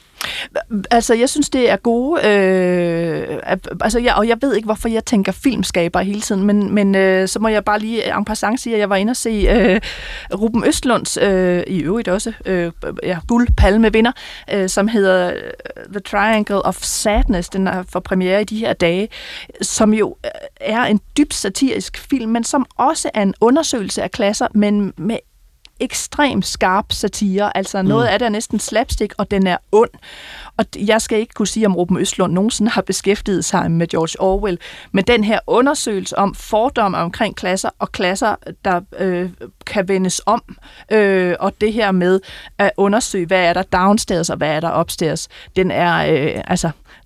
Altså, jeg synes, det er gode... Øh, altså, jeg, og jeg ved ikke, hvorfor jeg tænker filmskaber hele tiden, men, men øh, så må jeg bare lige en passant sige, at jeg var inde og se øh, Ruben Østlunds, øh, i øvrigt også, øh, ja, guldpalmevinder, øh, som hedder The Triangle of Sadness, den er for premiere i de her dage, som jo er en dybt satirisk film, men som også er en undersøgelse af klasser, men med ekstremt skarp satire, altså noget mm. af det er næsten slapstick, og den er ond. Og jeg skal ikke kunne sige, om Ruben Østlund nogensinde har beskæftiget sig med George Orwell, men den her undersøgelse om fordomme omkring klasser, og klasser, der øh, kan vendes om, øh, og det her med at undersøge, hvad er der downstairs, og hvad er der upstairs, den er, øh, altså,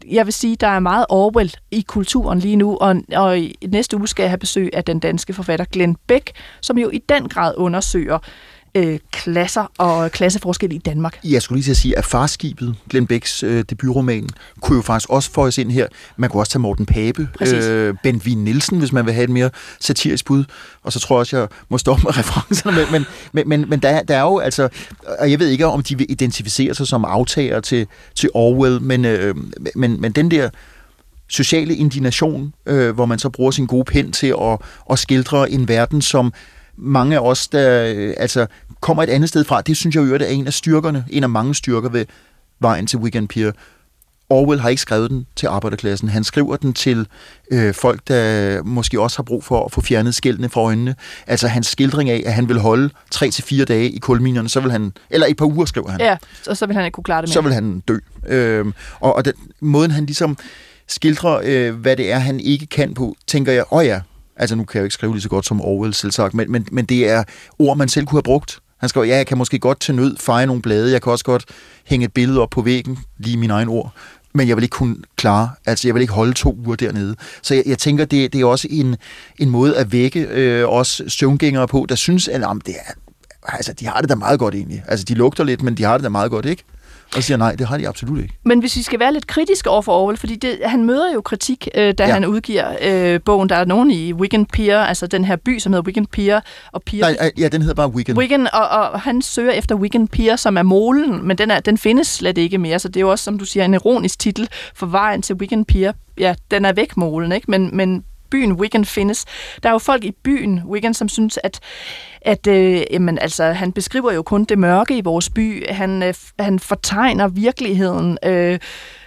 jeg vil sige, der er meget Orwell i kulturen lige nu, og, og i næste uge skal jeg have besøg af den danske forfatter Glenn Bæk, som jo i den grad undersøger øh, klasser og klasseforskel i Danmark. Jeg skulle lige til at sige, at Farskibet, Glenn Bæks øh, debutroman, kunne jo faktisk også få os ind her. Man kunne også tage Morten Pape, øh, Bent Vin Nielsen, hvis man vil have et mere satirisk bud. Og så tror jeg også, jeg må stoppe med referencerne. Men, men, men, men, men der, der er jo altså... Og jeg ved ikke, om de vil identificere sig som aftager til, til Orwell, men, øh, men, men den der sociale indignation, øh, hvor man så bruger sin gode pen til at, at skildre en verden, som mange af os, der øh, altså kommer et andet sted fra, det synes jeg jo er en af styrkerne, en af mange styrker ved Vejen til Weekend Peer. Orwell har ikke skrevet den til arbejderklassen. Han skriver den til øh, folk, der måske også har brug for at få fjernet skældene fra øjnene. Altså hans skildring af, at han vil holde tre til fire dage i kulminerne, så vil han, eller et par uger, skriver han. Ja, og så vil han ikke kunne klare det mere. Så vil han dø. Øh, og og den måden, han ligesom skildrer, øh, hvad det er, han ikke kan på, tænker jeg, åh ja, altså nu kan jeg jo ikke skrive lige så godt som Orwell selv sagt, men, men, men det er ord, man selv kunne have brugt. Han skriver, ja, jeg kan måske godt til nød feje nogle blade, jeg kan også godt hænge et billede op på væggen, lige mine egne ord, men jeg vil ikke kunne klare, altså jeg vil ikke holde to uger dernede. Så jeg, jeg tænker, det, det er også en, en måde at vække øh, os søvngængere på, der synes, at jamen, det er, altså, de har det da meget godt egentlig. Altså de lugter lidt, men de har det da meget godt, ikke? Og så siger nej, det har de absolut ikke. Men hvis vi skal være lidt kritiske over for Orwell, fordi det, han møder jo kritik, øh, da ja. han udgiver øh, bogen. Der er nogen i Wigan Pier, altså den her by, som hedder Wigan Pier. Og Pier nej, ja, den hedder bare Wigan. Wigan, og, og han søger efter Wigan Pier, som er molen, men den, er, den findes slet ikke mere, så det er jo også, som du siger, en ironisk titel for Vejen til Wigan Pier. Ja, den er væk, molen, ikke? Men, men byen Wigan findes. Der er jo folk i byen Wigan, som synes, at at øh, jamen, altså, han beskriver jo kun det mørke i vores by. Han, øh, han fortegner virkeligheden øh,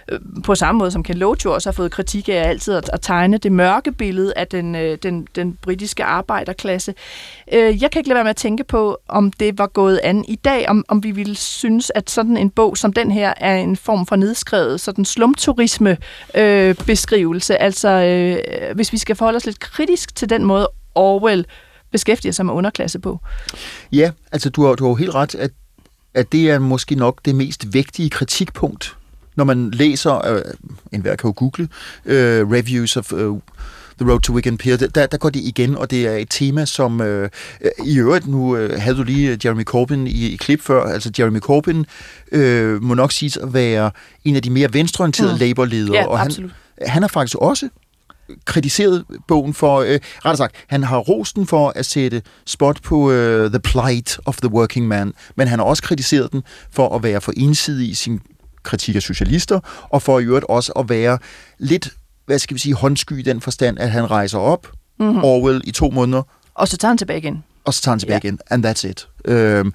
på samme måde, som Ken Loach også har fået kritik af altid at, at tegne det mørke billede af den, øh, den, den britiske arbejderklasse. Øh, jeg kan ikke lade være med at tænke på, om det var gået an i dag, om, om vi ville synes, at sådan en bog som den her er en form for nedskrevet sådan slumturisme øh, beskrivelse. Altså, øh, hvis vi skal forholde os lidt kritisk til den måde, Orwell beskæftiger sig med underklasse på. Ja, altså du har, du har jo helt ret, at, at det er måske nok det mest vægtige kritikpunkt, når man læser, øh, enhver kan jo google, øh, reviews of øh, The Road to Wigan Pier, der, der går det igen, og det er et tema, som øh, i øvrigt, nu øh, havde du lige Jeremy Corbyn i, i klip før, altså Jeremy Corbyn øh, må nok siges at være en af de mere venstreorienterede mm. Labour-ledere, ja, og han, han har faktisk også kritiseret bogen for, øh, rettere sagt, han har rost den for at sætte spot på øh, the plight of the working man, men han har også kritiseret den for at være for ensidig i sin kritik af socialister, og for i øvrigt også at være lidt, hvad skal vi sige, håndsky i den forstand, at han rejser op, mm-hmm. Orwell i to måneder. Og så tager han tilbage igen. Og så tager han tilbage ja. igen, and that's it. Øhm,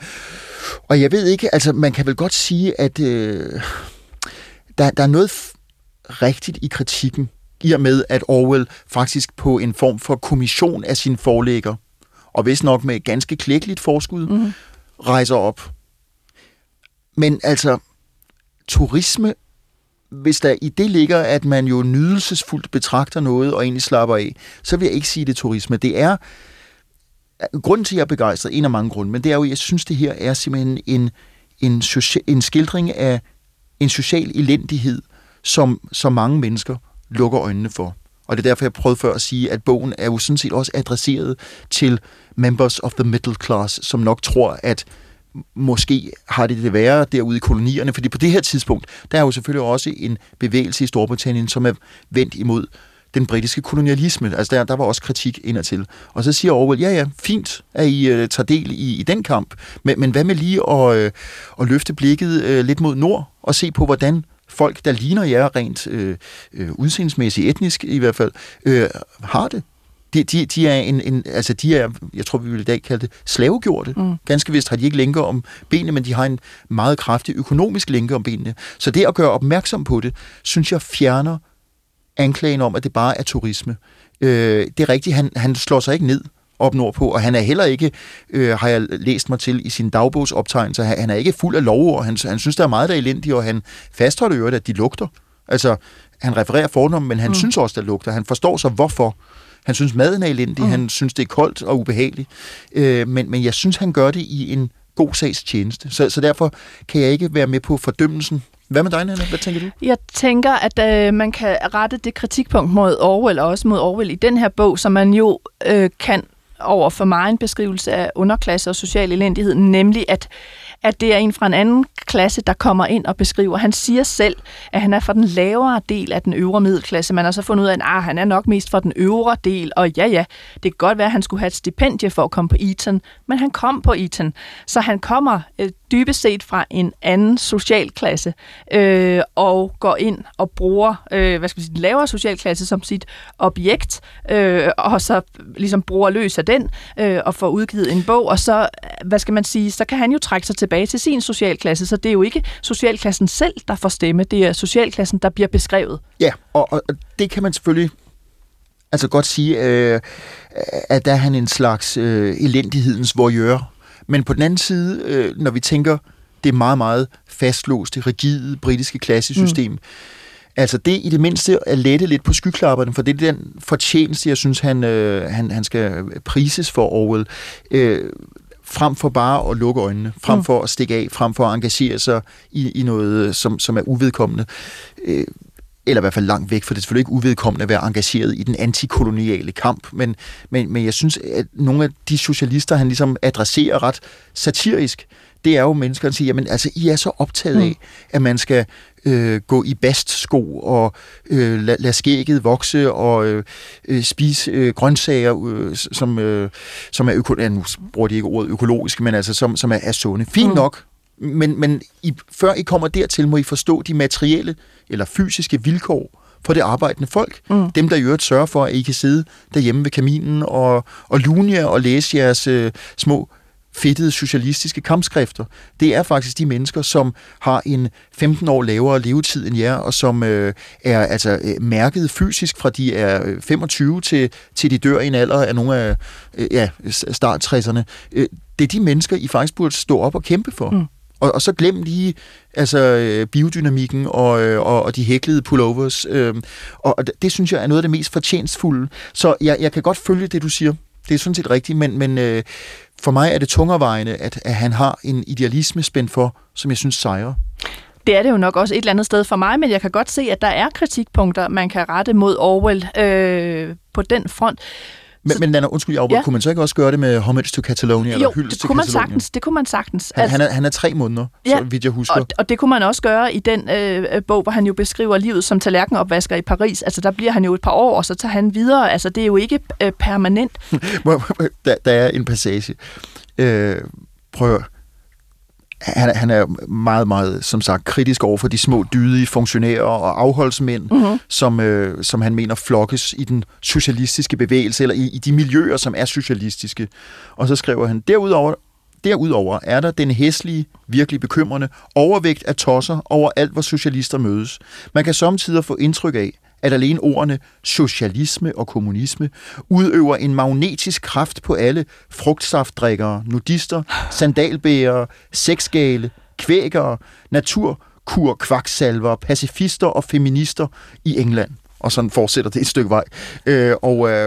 og jeg ved ikke, altså man kan vel godt sige, at øh, der, der er noget f- rigtigt i kritikken, i og med, at Orwell faktisk på en form for kommission af sin forlægger, og vist nok med et ganske klækkeligt forskud, mm-hmm. rejser op. Men altså, turisme, hvis der i det ligger, at man jo nydelsesfuldt betragter noget og egentlig slapper af, så vil jeg ikke sige det turisme. Det er, grunden til, at jeg er begejstret, en af mange grunde, men det er jo, jeg synes, det her er simpelthen en, en, social, en skildring af en social elendighed, som så mange mennesker lukker øjnene for. Og det er derfor, jeg prøvede før at sige, at bogen er jo sådan set også adresseret til members of the middle class, som nok tror, at måske har det det værre derude i kolonierne, fordi på det her tidspunkt, der er jo selvfølgelig også en bevægelse i Storbritannien, som er vendt imod den britiske kolonialisme. Altså der, der var også kritik indadtil. Og så siger Orwell, ja ja, fint, at I uh, tager del i, i den kamp, men, men hvad med lige at, uh, at løfte blikket uh, lidt mod nord, og se på, hvordan folk, der ligner jer rent øh, øh, udseendsmæssigt, etnisk i hvert fald, øh, har det. De, de, de er en, en, altså de er, jeg tror vi vil i dag kalde det, slavegjorte. Mm. Ganske vist har de ikke lænker om benene, men de har en meget kraftig økonomisk lænke om benene. Så det at gøre opmærksom på det, synes jeg fjerner anklagen om, at det bare er turisme. Øh, det er rigtigt, han, han slår sig ikke ned op nordpå, og han er heller ikke, øh, har jeg læst mig til i sin dagbogsoptegnelser, han er ikke fuld af lovord, han, han synes, der er meget, der er elendigt, og han fastholder jo, at de lugter. Altså, han refererer fornommen, men han mm. synes også, der lugter. Han forstår så, hvorfor. Han synes, maden er elendig, mm. han synes, det er koldt og ubehageligt, øh, men, men jeg synes, han gør det i en god sags tjeneste. Så, så derfor kan jeg ikke være med på fordømmelsen Hvad med dig, Nanna? Hvad tænker du? Jeg tænker, at øh, man kan rette det kritikpunkt mod Orwell, og også mod Orwell i den her bog, som man jo øh, kan over for mig en beskrivelse af underklasse og social elendighed, nemlig at at det er en fra en anden klasse, der kommer ind og beskriver. Han siger selv, at han er fra den lavere del af den øvre middelklasse. Man har så fundet ud af, at ah, han er nok mest fra den øvre del, og ja, ja, det kan godt være, at han skulle have et stipendie for at komme på Eton, men han kom på Eton. Så han kommer øh, dybest set fra en anden socialklasse, øh, og går ind og bruger, øh, hvad skal man sige, den lavere socialklasse som sit objekt, øh, og så ligesom bruger løs af den, øh, og får udgivet en bog, og så, hvad skal man sige, så kan han jo trække sig tilbage til sin socialklasse, så det er jo ikke socialklassen selv, der får stemme, det er socialklassen, der bliver beskrevet. Ja, og, og det kan man selvfølgelig altså godt sige, øh, at der er han en slags øh, elendighedens voyeur. Men på den anden side, øh, når vi tænker det meget, meget fastlåste, rigide britiske klassesystem, mm. altså det i det mindste at lette lidt på skyklapperne, for det er den fortjeneste, jeg synes, han, øh, han, han skal prises for, Orwell. Øh, frem for bare at lukke øjnene, frem mm. for at stikke af, frem for at engagere sig i, i noget, som, som er uvedkommende. Øh, eller i hvert fald langt væk, for det er selvfølgelig ikke uvedkommende at være engageret i den antikoloniale kamp, men, men, men jeg synes, at nogle af de socialister, han ligesom adresserer ret satirisk, det er jo mennesker, der siger, jamen altså, I er så optaget af, mm. at man skal øh, gå i bastsko og øh, lade lad skægget vokse og øh, øh, spise øh, grøntsager, øh, som, øh, som er øko- ja, nu bruger de ikke ordet økologiske, men altså som, som er, er sunde. Fint mm. nok, men, men I, før I kommer dertil, må I forstå de materielle eller fysiske vilkår for det arbejdende folk. Mm. Dem, der i øvrigt sørger for, at I kan sidde derhjemme ved kaminen og, og lune jer og læse jeres øh, små fedtede socialistiske kampskrifter. Det er faktisk de mennesker, som har en femten år lavere levetid end jer, og som øh, er altså øh, mærket fysisk fra de er femogtyve til, til de dør i en alder af nogle af øh, ja, start tresserne. Øh, det er de mennesker, I faktisk burde stå op og kæmpe for. Mm. Og, og så glem lige altså, øh, biodynamikken og, øh, og, og de hæklede pullovers. Øh, og, og det, det synes jeg er noget af det mest fortjenstfulde. Så jeg, jeg kan godt følge det, du siger. Det er sådan set rigtigt, men, men øh, for mig er det tungervejende, at, at han har en idealisme spændt for, som jeg synes sejrer. Det er det jo nok også et eller andet sted for mig, men jeg kan godt se, at der er kritikpunkter, man kan rette mod Orwell øh, på den front. Men, men Nanna, undskyld, jeg ja. kunne man så ikke også gøre det med Homage to Catalonia? Jo, eller hyldest det til kunne man Catalonia? sagtens. Det kunne man sagtens. Han, altså, han, er, han er tre måneder, ja, så vidt jeg husker. Og, og det kunne man også gøre i den øh, bog, hvor han jo beskriver livet som tallerkenopvasker i Paris. Altså, der bliver han jo et par år, og så tager han videre. Altså, det er jo ikke øh, permanent. der, der er en passage. Øh, prøv at Han, han er meget, meget, som sagt, kritisk over for de små, dydige funktionærer og afholdsmænd, mm-hmm. som, øh, som han mener flokkes i den socialistiske bevægelse, eller i, i de miljøer, som er socialistiske. Og så skriver han, derudover, derudover er der den hæslige, virkelig bekymrende overvægt af tosser over alt, hvor socialister mødes. Man kan samtidig få indtryk af, at alene ordene socialisme og kommunisme udøver en magnetisk kraft på alle frugtsaftdrikkere, nudister, sandalbærere, sexgale, kvækere, naturkur, kvaksalvere, pacifister og feminister i England. Og sådan fortsætter det et stykke vej. Øh, og øh,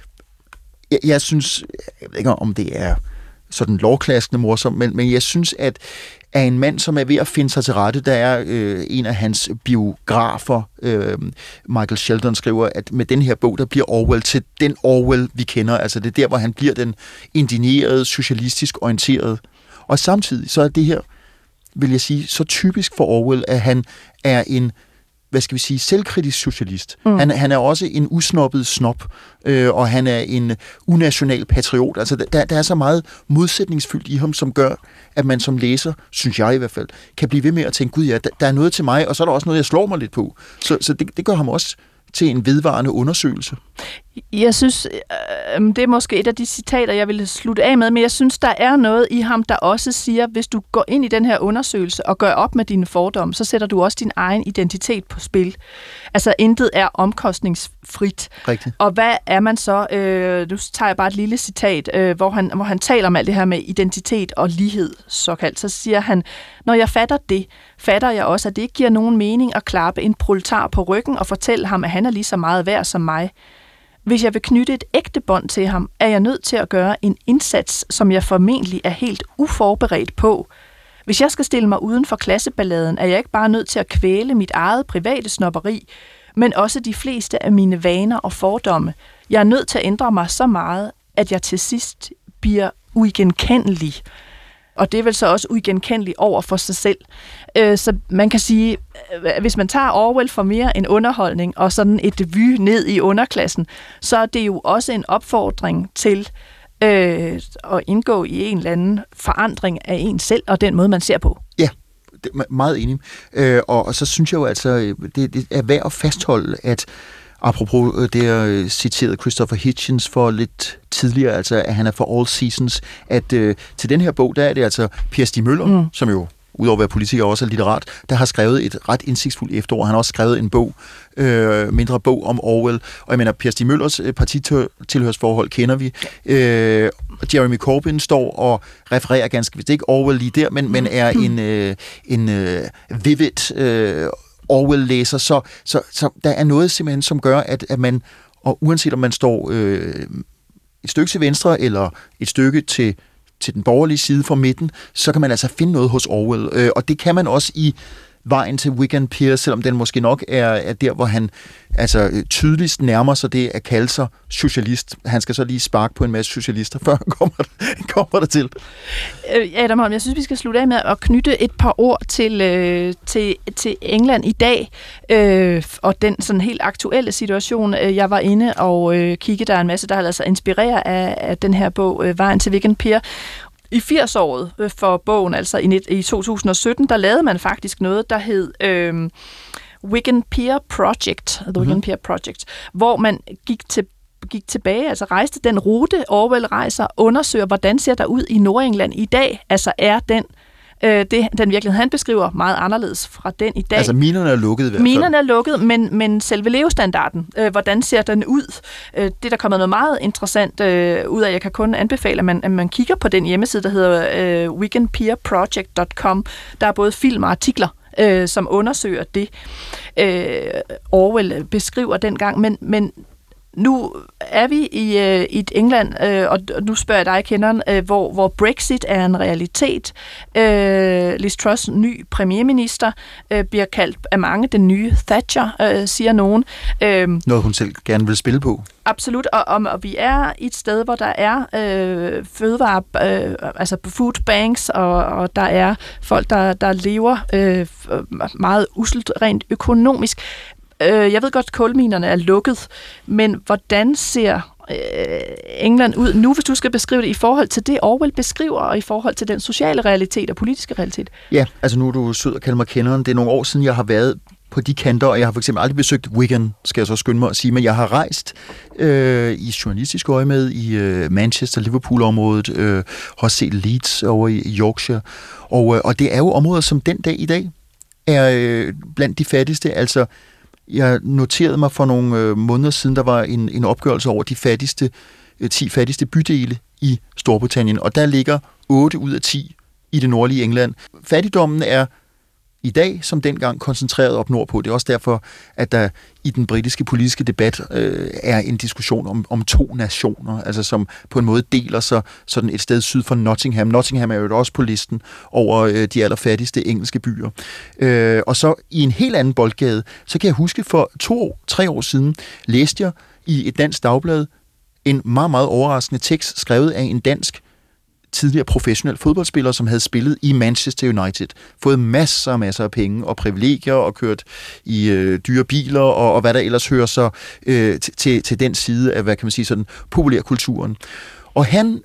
jeg, jeg synes, jeg ved ikke om det er sådan lovklaskende morsomt, men, men jeg synes, at af en mand, som er ved at finde sig til rette, der er øh, en af hans biografer, øh, Michael Sheldon, skriver, at med den her bog, der bliver Orwell til den Orwell, vi kender. Altså det er der, hvor han bliver den indignerede, socialistisk orienterede. Og samtidig så er det her, vil jeg sige, så typisk for Orwell, at han er en, hvad skal vi sige, selvkritisk socialist. Mm. Han, han er også en usnoppet snop, øh, og han er en unational patriot. Altså, der, der er så meget modsætningsfyldt i ham, som gør, at man som læser, synes jeg i hvert fald, kan blive ved med at tænke, gud ja, der, der er noget til mig, og så er der også noget, jeg slår mig lidt på. Så, så det, det gør ham også til en vedvarende undersøgelse. Jeg synes, øh, det er måske et af de citater, jeg ville slutte af med, men jeg synes, der er noget i ham, der også siger, hvis du går ind i den her undersøgelse og gør op med dine fordomme, så sætter du også din egen identitet på spil. Altså, intet er omkostningsfrit. Rigtigt. Og hvad er man så? Øh, nu tager jeg bare et lille citat, øh, hvor, han, hvor han taler om alt det her med identitet og lighed, såkaldt. Så siger han, når jeg fatter det, fatter jeg også, at det ikke giver nogen mening at klappe en proletar på ryggen og fortælle ham, at han er lige så meget værd som mig. Hvis jeg vil knytte et ægte bånd til ham, er jeg nødt til at gøre en indsats, som jeg formentlig er helt uforberedt på. Hvis jeg skal stille mig uden for klasseballaden, er jeg ikke bare nødt til at kvæle mit eget private snobberi, men også de fleste af mine vaner og fordomme. Jeg er nødt til at ændre mig så meget, at jeg til sidst bliver uigenkendelig. Og det er vel så også uigenkendelig over for sig selv. Så man kan sige, hvis man tager Orwell for mere end underholdning og sådan et vy ned i underklassen, så er det jo også en opfordring til øh, at indgå i en eller anden forandring af en selv og den måde, man ser på. Ja, det er meget enig. Øh, og, og så synes jeg jo altså, det, det er værd at fastholde, at apropos det, jeg citerede Christopher Hitchens for lidt tidligere, altså at han er for all seasons, at øh, til den her bog, der er det altså Per Stig Møller, mm. som jo udover at være politiker også er litterat, der har skrevet et ret indsigtsfuldt efterår. Han har også skrevet en bog, øh, mindre bog om Orwell. Og jeg mener, Per Stig Møllers partitilhørsforhold kender vi. Øh, Jeremy Corbyn står og refererer ganske vist ikke Orwell lige der, men, men er en, øh, en øh, vivid øh, Orwell-læser. Så, så, så der er noget simpelthen, som gør, at, at man, og uanset om man står øh, et stykke til venstre, eller et stykke til til den borgerlige side for midten, så kan man altså finde noget hos Orwell. Øh, og det kan man også i Vejen til Wigan Pier, selvom den måske nok er, er der, hvor han altså tydeligst nærmer sig det at kalde sig socialist. Han skal så lige sparke på en masse socialister, før han kommer, kommer der til. Adam Holm, jeg synes, vi skal slutte af med at knytte et par ord til, øh, til, til England i dag, øh, og den sådan helt aktuelle situation. Jeg var inde og øh, kiggede, der er en masse, der har ladet sig inspirere af, af den her bog, øh, Vejen til Wigan Pier. I firs-året for bogen, altså i, i to tusind og sytten, der lavede man faktisk noget, der hed øh, Wigan Pier Project, The mm-hmm. Wigan Pier Project, hvor man gik til gik tilbage, altså rejste den rute, Orwell rejser, undersøger, hvordan ser der ud i Nordengland i dag, altså er den Øh, det, den virkelighed, han beskriver, meget anderledes fra den i dag. Altså minerne er lukket i hvert fald. Minerne er lukket, men, men selve levestandarden, øh, hvordan ser den ud? Øh, det er der kommet noget meget interessant øh, ud af. Jeg kan kun anbefale, at man, at man kigger på den hjemmeside, der hedder øh, wigan pier project dot com. Der er både film og artikler, øh, som undersøger det. Øh, Orwell beskriver dengang, men, men nu er vi i, øh, i et England, øh, og nu spørger jeg dig, kenderen, øh, hvor, hvor Brexit er en realitet. Øh, Liz Truss, ny premierminister, øh, bliver kaldt af mange den nye Thatcher, øh, siger nogen. Øh, Noget, hun selv gerne vil spille på. Absolut, og, og, og vi er i et sted, hvor der er øh, fødevare, øh, altså food banks, og, og der er folk, der, der lever øh, meget usselt rent økonomisk. Jeg ved godt, at kulminerne er lukket, men hvordan ser England ud nu, hvis du skal beskrive det i forhold til det, Orwell beskriver, og i forhold til den sociale realitet og politiske realitet? Ja, altså nu er du sød at kalde mig kenderen. Det er nogle år siden, jeg har været på de kanter, og jeg har for eksempel aldrig besøgt Wigan, skal jeg så skynde mig at sige, men jeg har rejst øh, i journalistisk øje med i øh, Manchester, Liverpool-området, øh, har set Leeds over i Yorkshire, og, øh, og det er jo områder, som den dag i dag er øh, blandt de fattigste, altså jeg noterede mig for nogle øh, måneder siden, der var en, en opgørelse over de fattigste, øh, ti fattigste bydele i Storbritannien, og der ligger otte ud af ti i det nordlige England. Fattigdommen er i dag, som dengang, koncentreret op nordpå. Det er også derfor, at der i den britiske politiske debat øh, er en diskussion om, om to nationer, altså som på en måde deler sig sådan et sted syd for Nottingham. Nottingham er jo også på listen over øh, de allerfattigste engelske byer. Øh, og så i en helt anden boldgade, så kan jeg huske for to år, tre år siden, læste jeg i et dansk dagblad en meget, meget overraskende tekst, skrevet af en dansk tidligere professionel fodboldspiller, som havde spillet i Manchester United, fået masser og masser af penge og privilegier og kørt i øh, dyre biler og, og hvad der ellers hører sig øh, til, til den side af, hvad kan man sige, sådan populærkulturen. Og han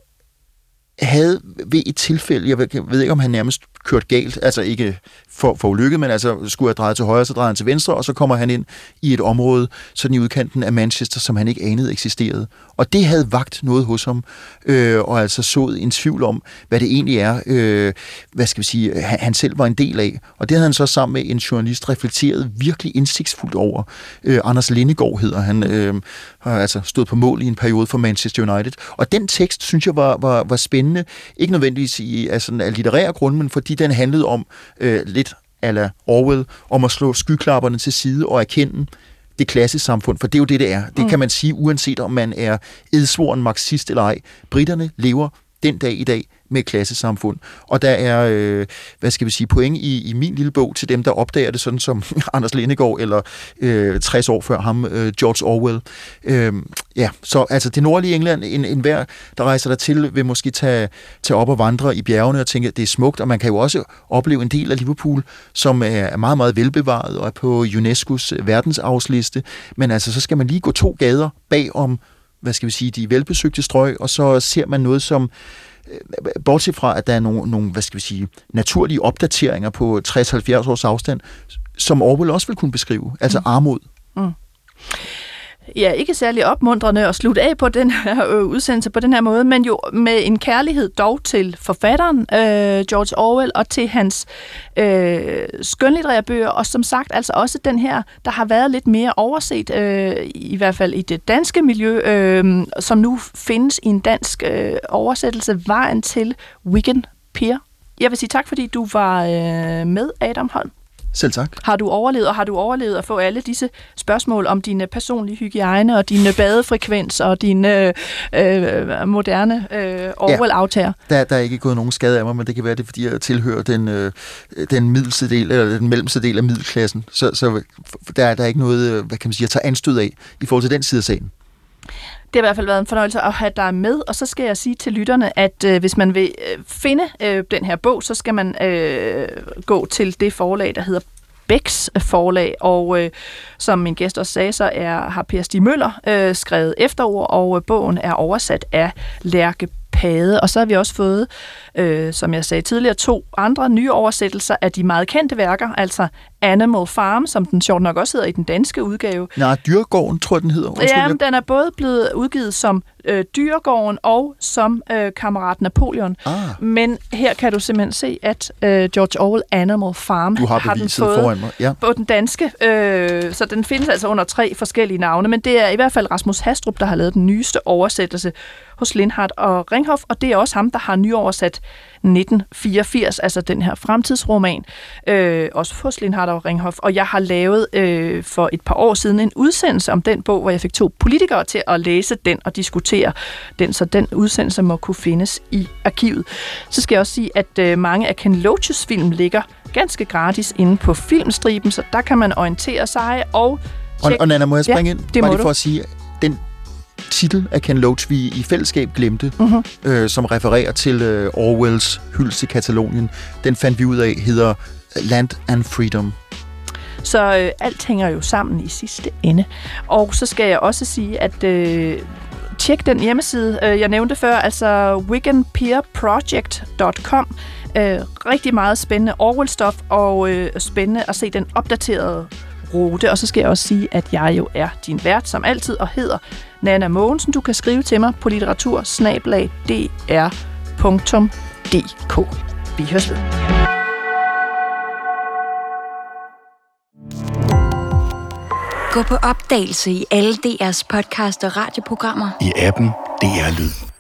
havde ved et tilfælde, jeg ved, jeg ved ikke, om han nærmest kørt galt, altså ikke for, for ulykket, men altså skulle have drejet til højre, så drejer han til venstre, og så kommer han ind i et område, sådan i udkanten af Manchester, som han ikke anede eksisterede. Og det havde vakt noget hos ham, øh, og altså sået en tvivl om, hvad det egentlig er, øh, hvad skal vi sige, han, han selv var en del af. Og det havde han så sammen med en journalist reflekteret virkelig indsigtsfuldt over. Øh, Anders Lindegaard hedder han, øh, har altså stået på mål i en periode for Manchester United. Og den tekst, synes jeg, var, var, var spændende. Ikke nødvendigvis i altså, af litterære grunde, men fordi den handlede om øh, lidt a la Orwell, om at slå skyklapperne til side og erkende det klassesamfund, for det er jo det, det er. Det kan man sige, uanset om man er edsvoren marxist eller ej. Briterne lever den dag i dag med klassesamfund. Og der er, øh, hvad skal vi sige, point i, i min lille bog til dem, der opdager det, sådan som Anders Lindegaard, eller øh, tres år før ham, øh, George Orwell. Øh, ja, så altså det nordlige England, en, en hver, der rejser der til, vil måske tage, tage op og vandre i bjergene og tænke, at det er smukt, og man kan jo også opleve en del af Liverpool, som er meget, meget velbevaret og er på UNESCO's verdensarvsliste. Men altså, så skal man lige gå to gader bag om, hvad skal vi sige, de velbesøgte strøg, og så ser man noget, som bortset fra, at der er nogle, nogle, hvad skal vi sige, naturlige opdateringer på tres til halvfjerds års afstand, som Orwell også vil kunne beskrive, altså mm. armod. Mm. Ja, ikke særlig opmuntrende at slutte af på den her øh, udsendelse på den her måde, men jo med en kærlighed dog til forfatteren øh, George Orwell og til hans øh, skønlitterære bøger, og som sagt altså også den her, der har været lidt mere overset, øh, i hvert fald i det danske miljø, øh, som nu findes i en dansk øh, oversættelse, Vejen til Wigan Pier. Jeg vil sige tak, fordi du var øh, med, Adam Holm. Selv tak. Har du overlevet, og har du overlevet at få alle disse spørgsmål om din personlige hygiejne og din badefrekvens og din øh, øh, moderne øh, Orwell-aftager? Ja, der, der er ikke gået nogen skade af mig, men det kan være, det er, fordi jeg tilhører den, øh, den middelste del, eller den mellemste del af middelklassen. Så, så der, der er ikke noget, hvad kan man sige, at tage anstød af i forhold til den side af sagen. Det har i hvert fald været en fornøjelse at have dig med, og så skal jeg sige til lytterne, at øh, hvis man vil øh, finde øh, den her bog, så skal man øh, gå til det forlag, der hedder Bæks forlag, og øh, som min gæst også sagde, så er, har Per Stig Møller øh, skrevet efterord, og øh, bogen er oversat af Lærke Pade. Og så har vi også fået, øh, som jeg sagde tidligere, to andre nye oversættelser af de meget kendte værker, altså Animal Farm, som den sjovt nok også hedder i den danske udgave. Nej, Dyregården, tror jeg, den hedder. Undskyld, ja, den er både blevet udgivet som øh, Dyregården og som øh, Kammerat Napoleon. Ah. Men her kan du simpelthen se, at øh, George Orwell Animal Farm du har, har den beviset fået foran mig. Ja. på den danske. Øh, så den findes altså under tre forskellige navne, men det er i hvert fald Rasmus Hastrup, der har lavet den nyeste oversættelse hos Lindhardt og Ringhof, og det er også ham, der har nyoversat nitten fireogfirs, altså den her fremtidsroman, øh, også hos Lindhardt og Ringhof. Og jeg har lavet øh, for et par år siden en udsendelse om den bog, hvor jeg fik to politikere til at læse den og diskutere den, så den udsendelse må kunne findes i arkivet. Så skal jeg også sige, at øh, mange af Ken Loaches film ligger ganske gratis inde på Filmstriben, så der kan man orientere sig og Og, og Nana, må jeg springe ja, ind? Det Bare må lige for du. at sige, den titel af Ken Loach, vi i fællesskab glemte, Mm-hmm. øh, som refererer til øh, Orwells hyldest til Katalonien, den fandt vi ud af, hedder Land and Freedom. Så øh, alt hænger jo sammen i sidste ende. Og så skal jeg også sige, at øh, tjek den hjemmeside, øh, jeg nævnte før, altså wigan peer project punktum com. Øh, rigtig meget spændende Orwell-stof, og øh, spændende at se den opdaterede rute. Og så skal jeg også sige, at jeg jo er din vært, som altid, og hedder Nana Mogensen. Du kan skrive til mig på litteratur snabel-a d r punktum d k. Vi høres ved. Gå på opdagelse i alle D R's podcast og radioprogrammer. I appen D R Lyd.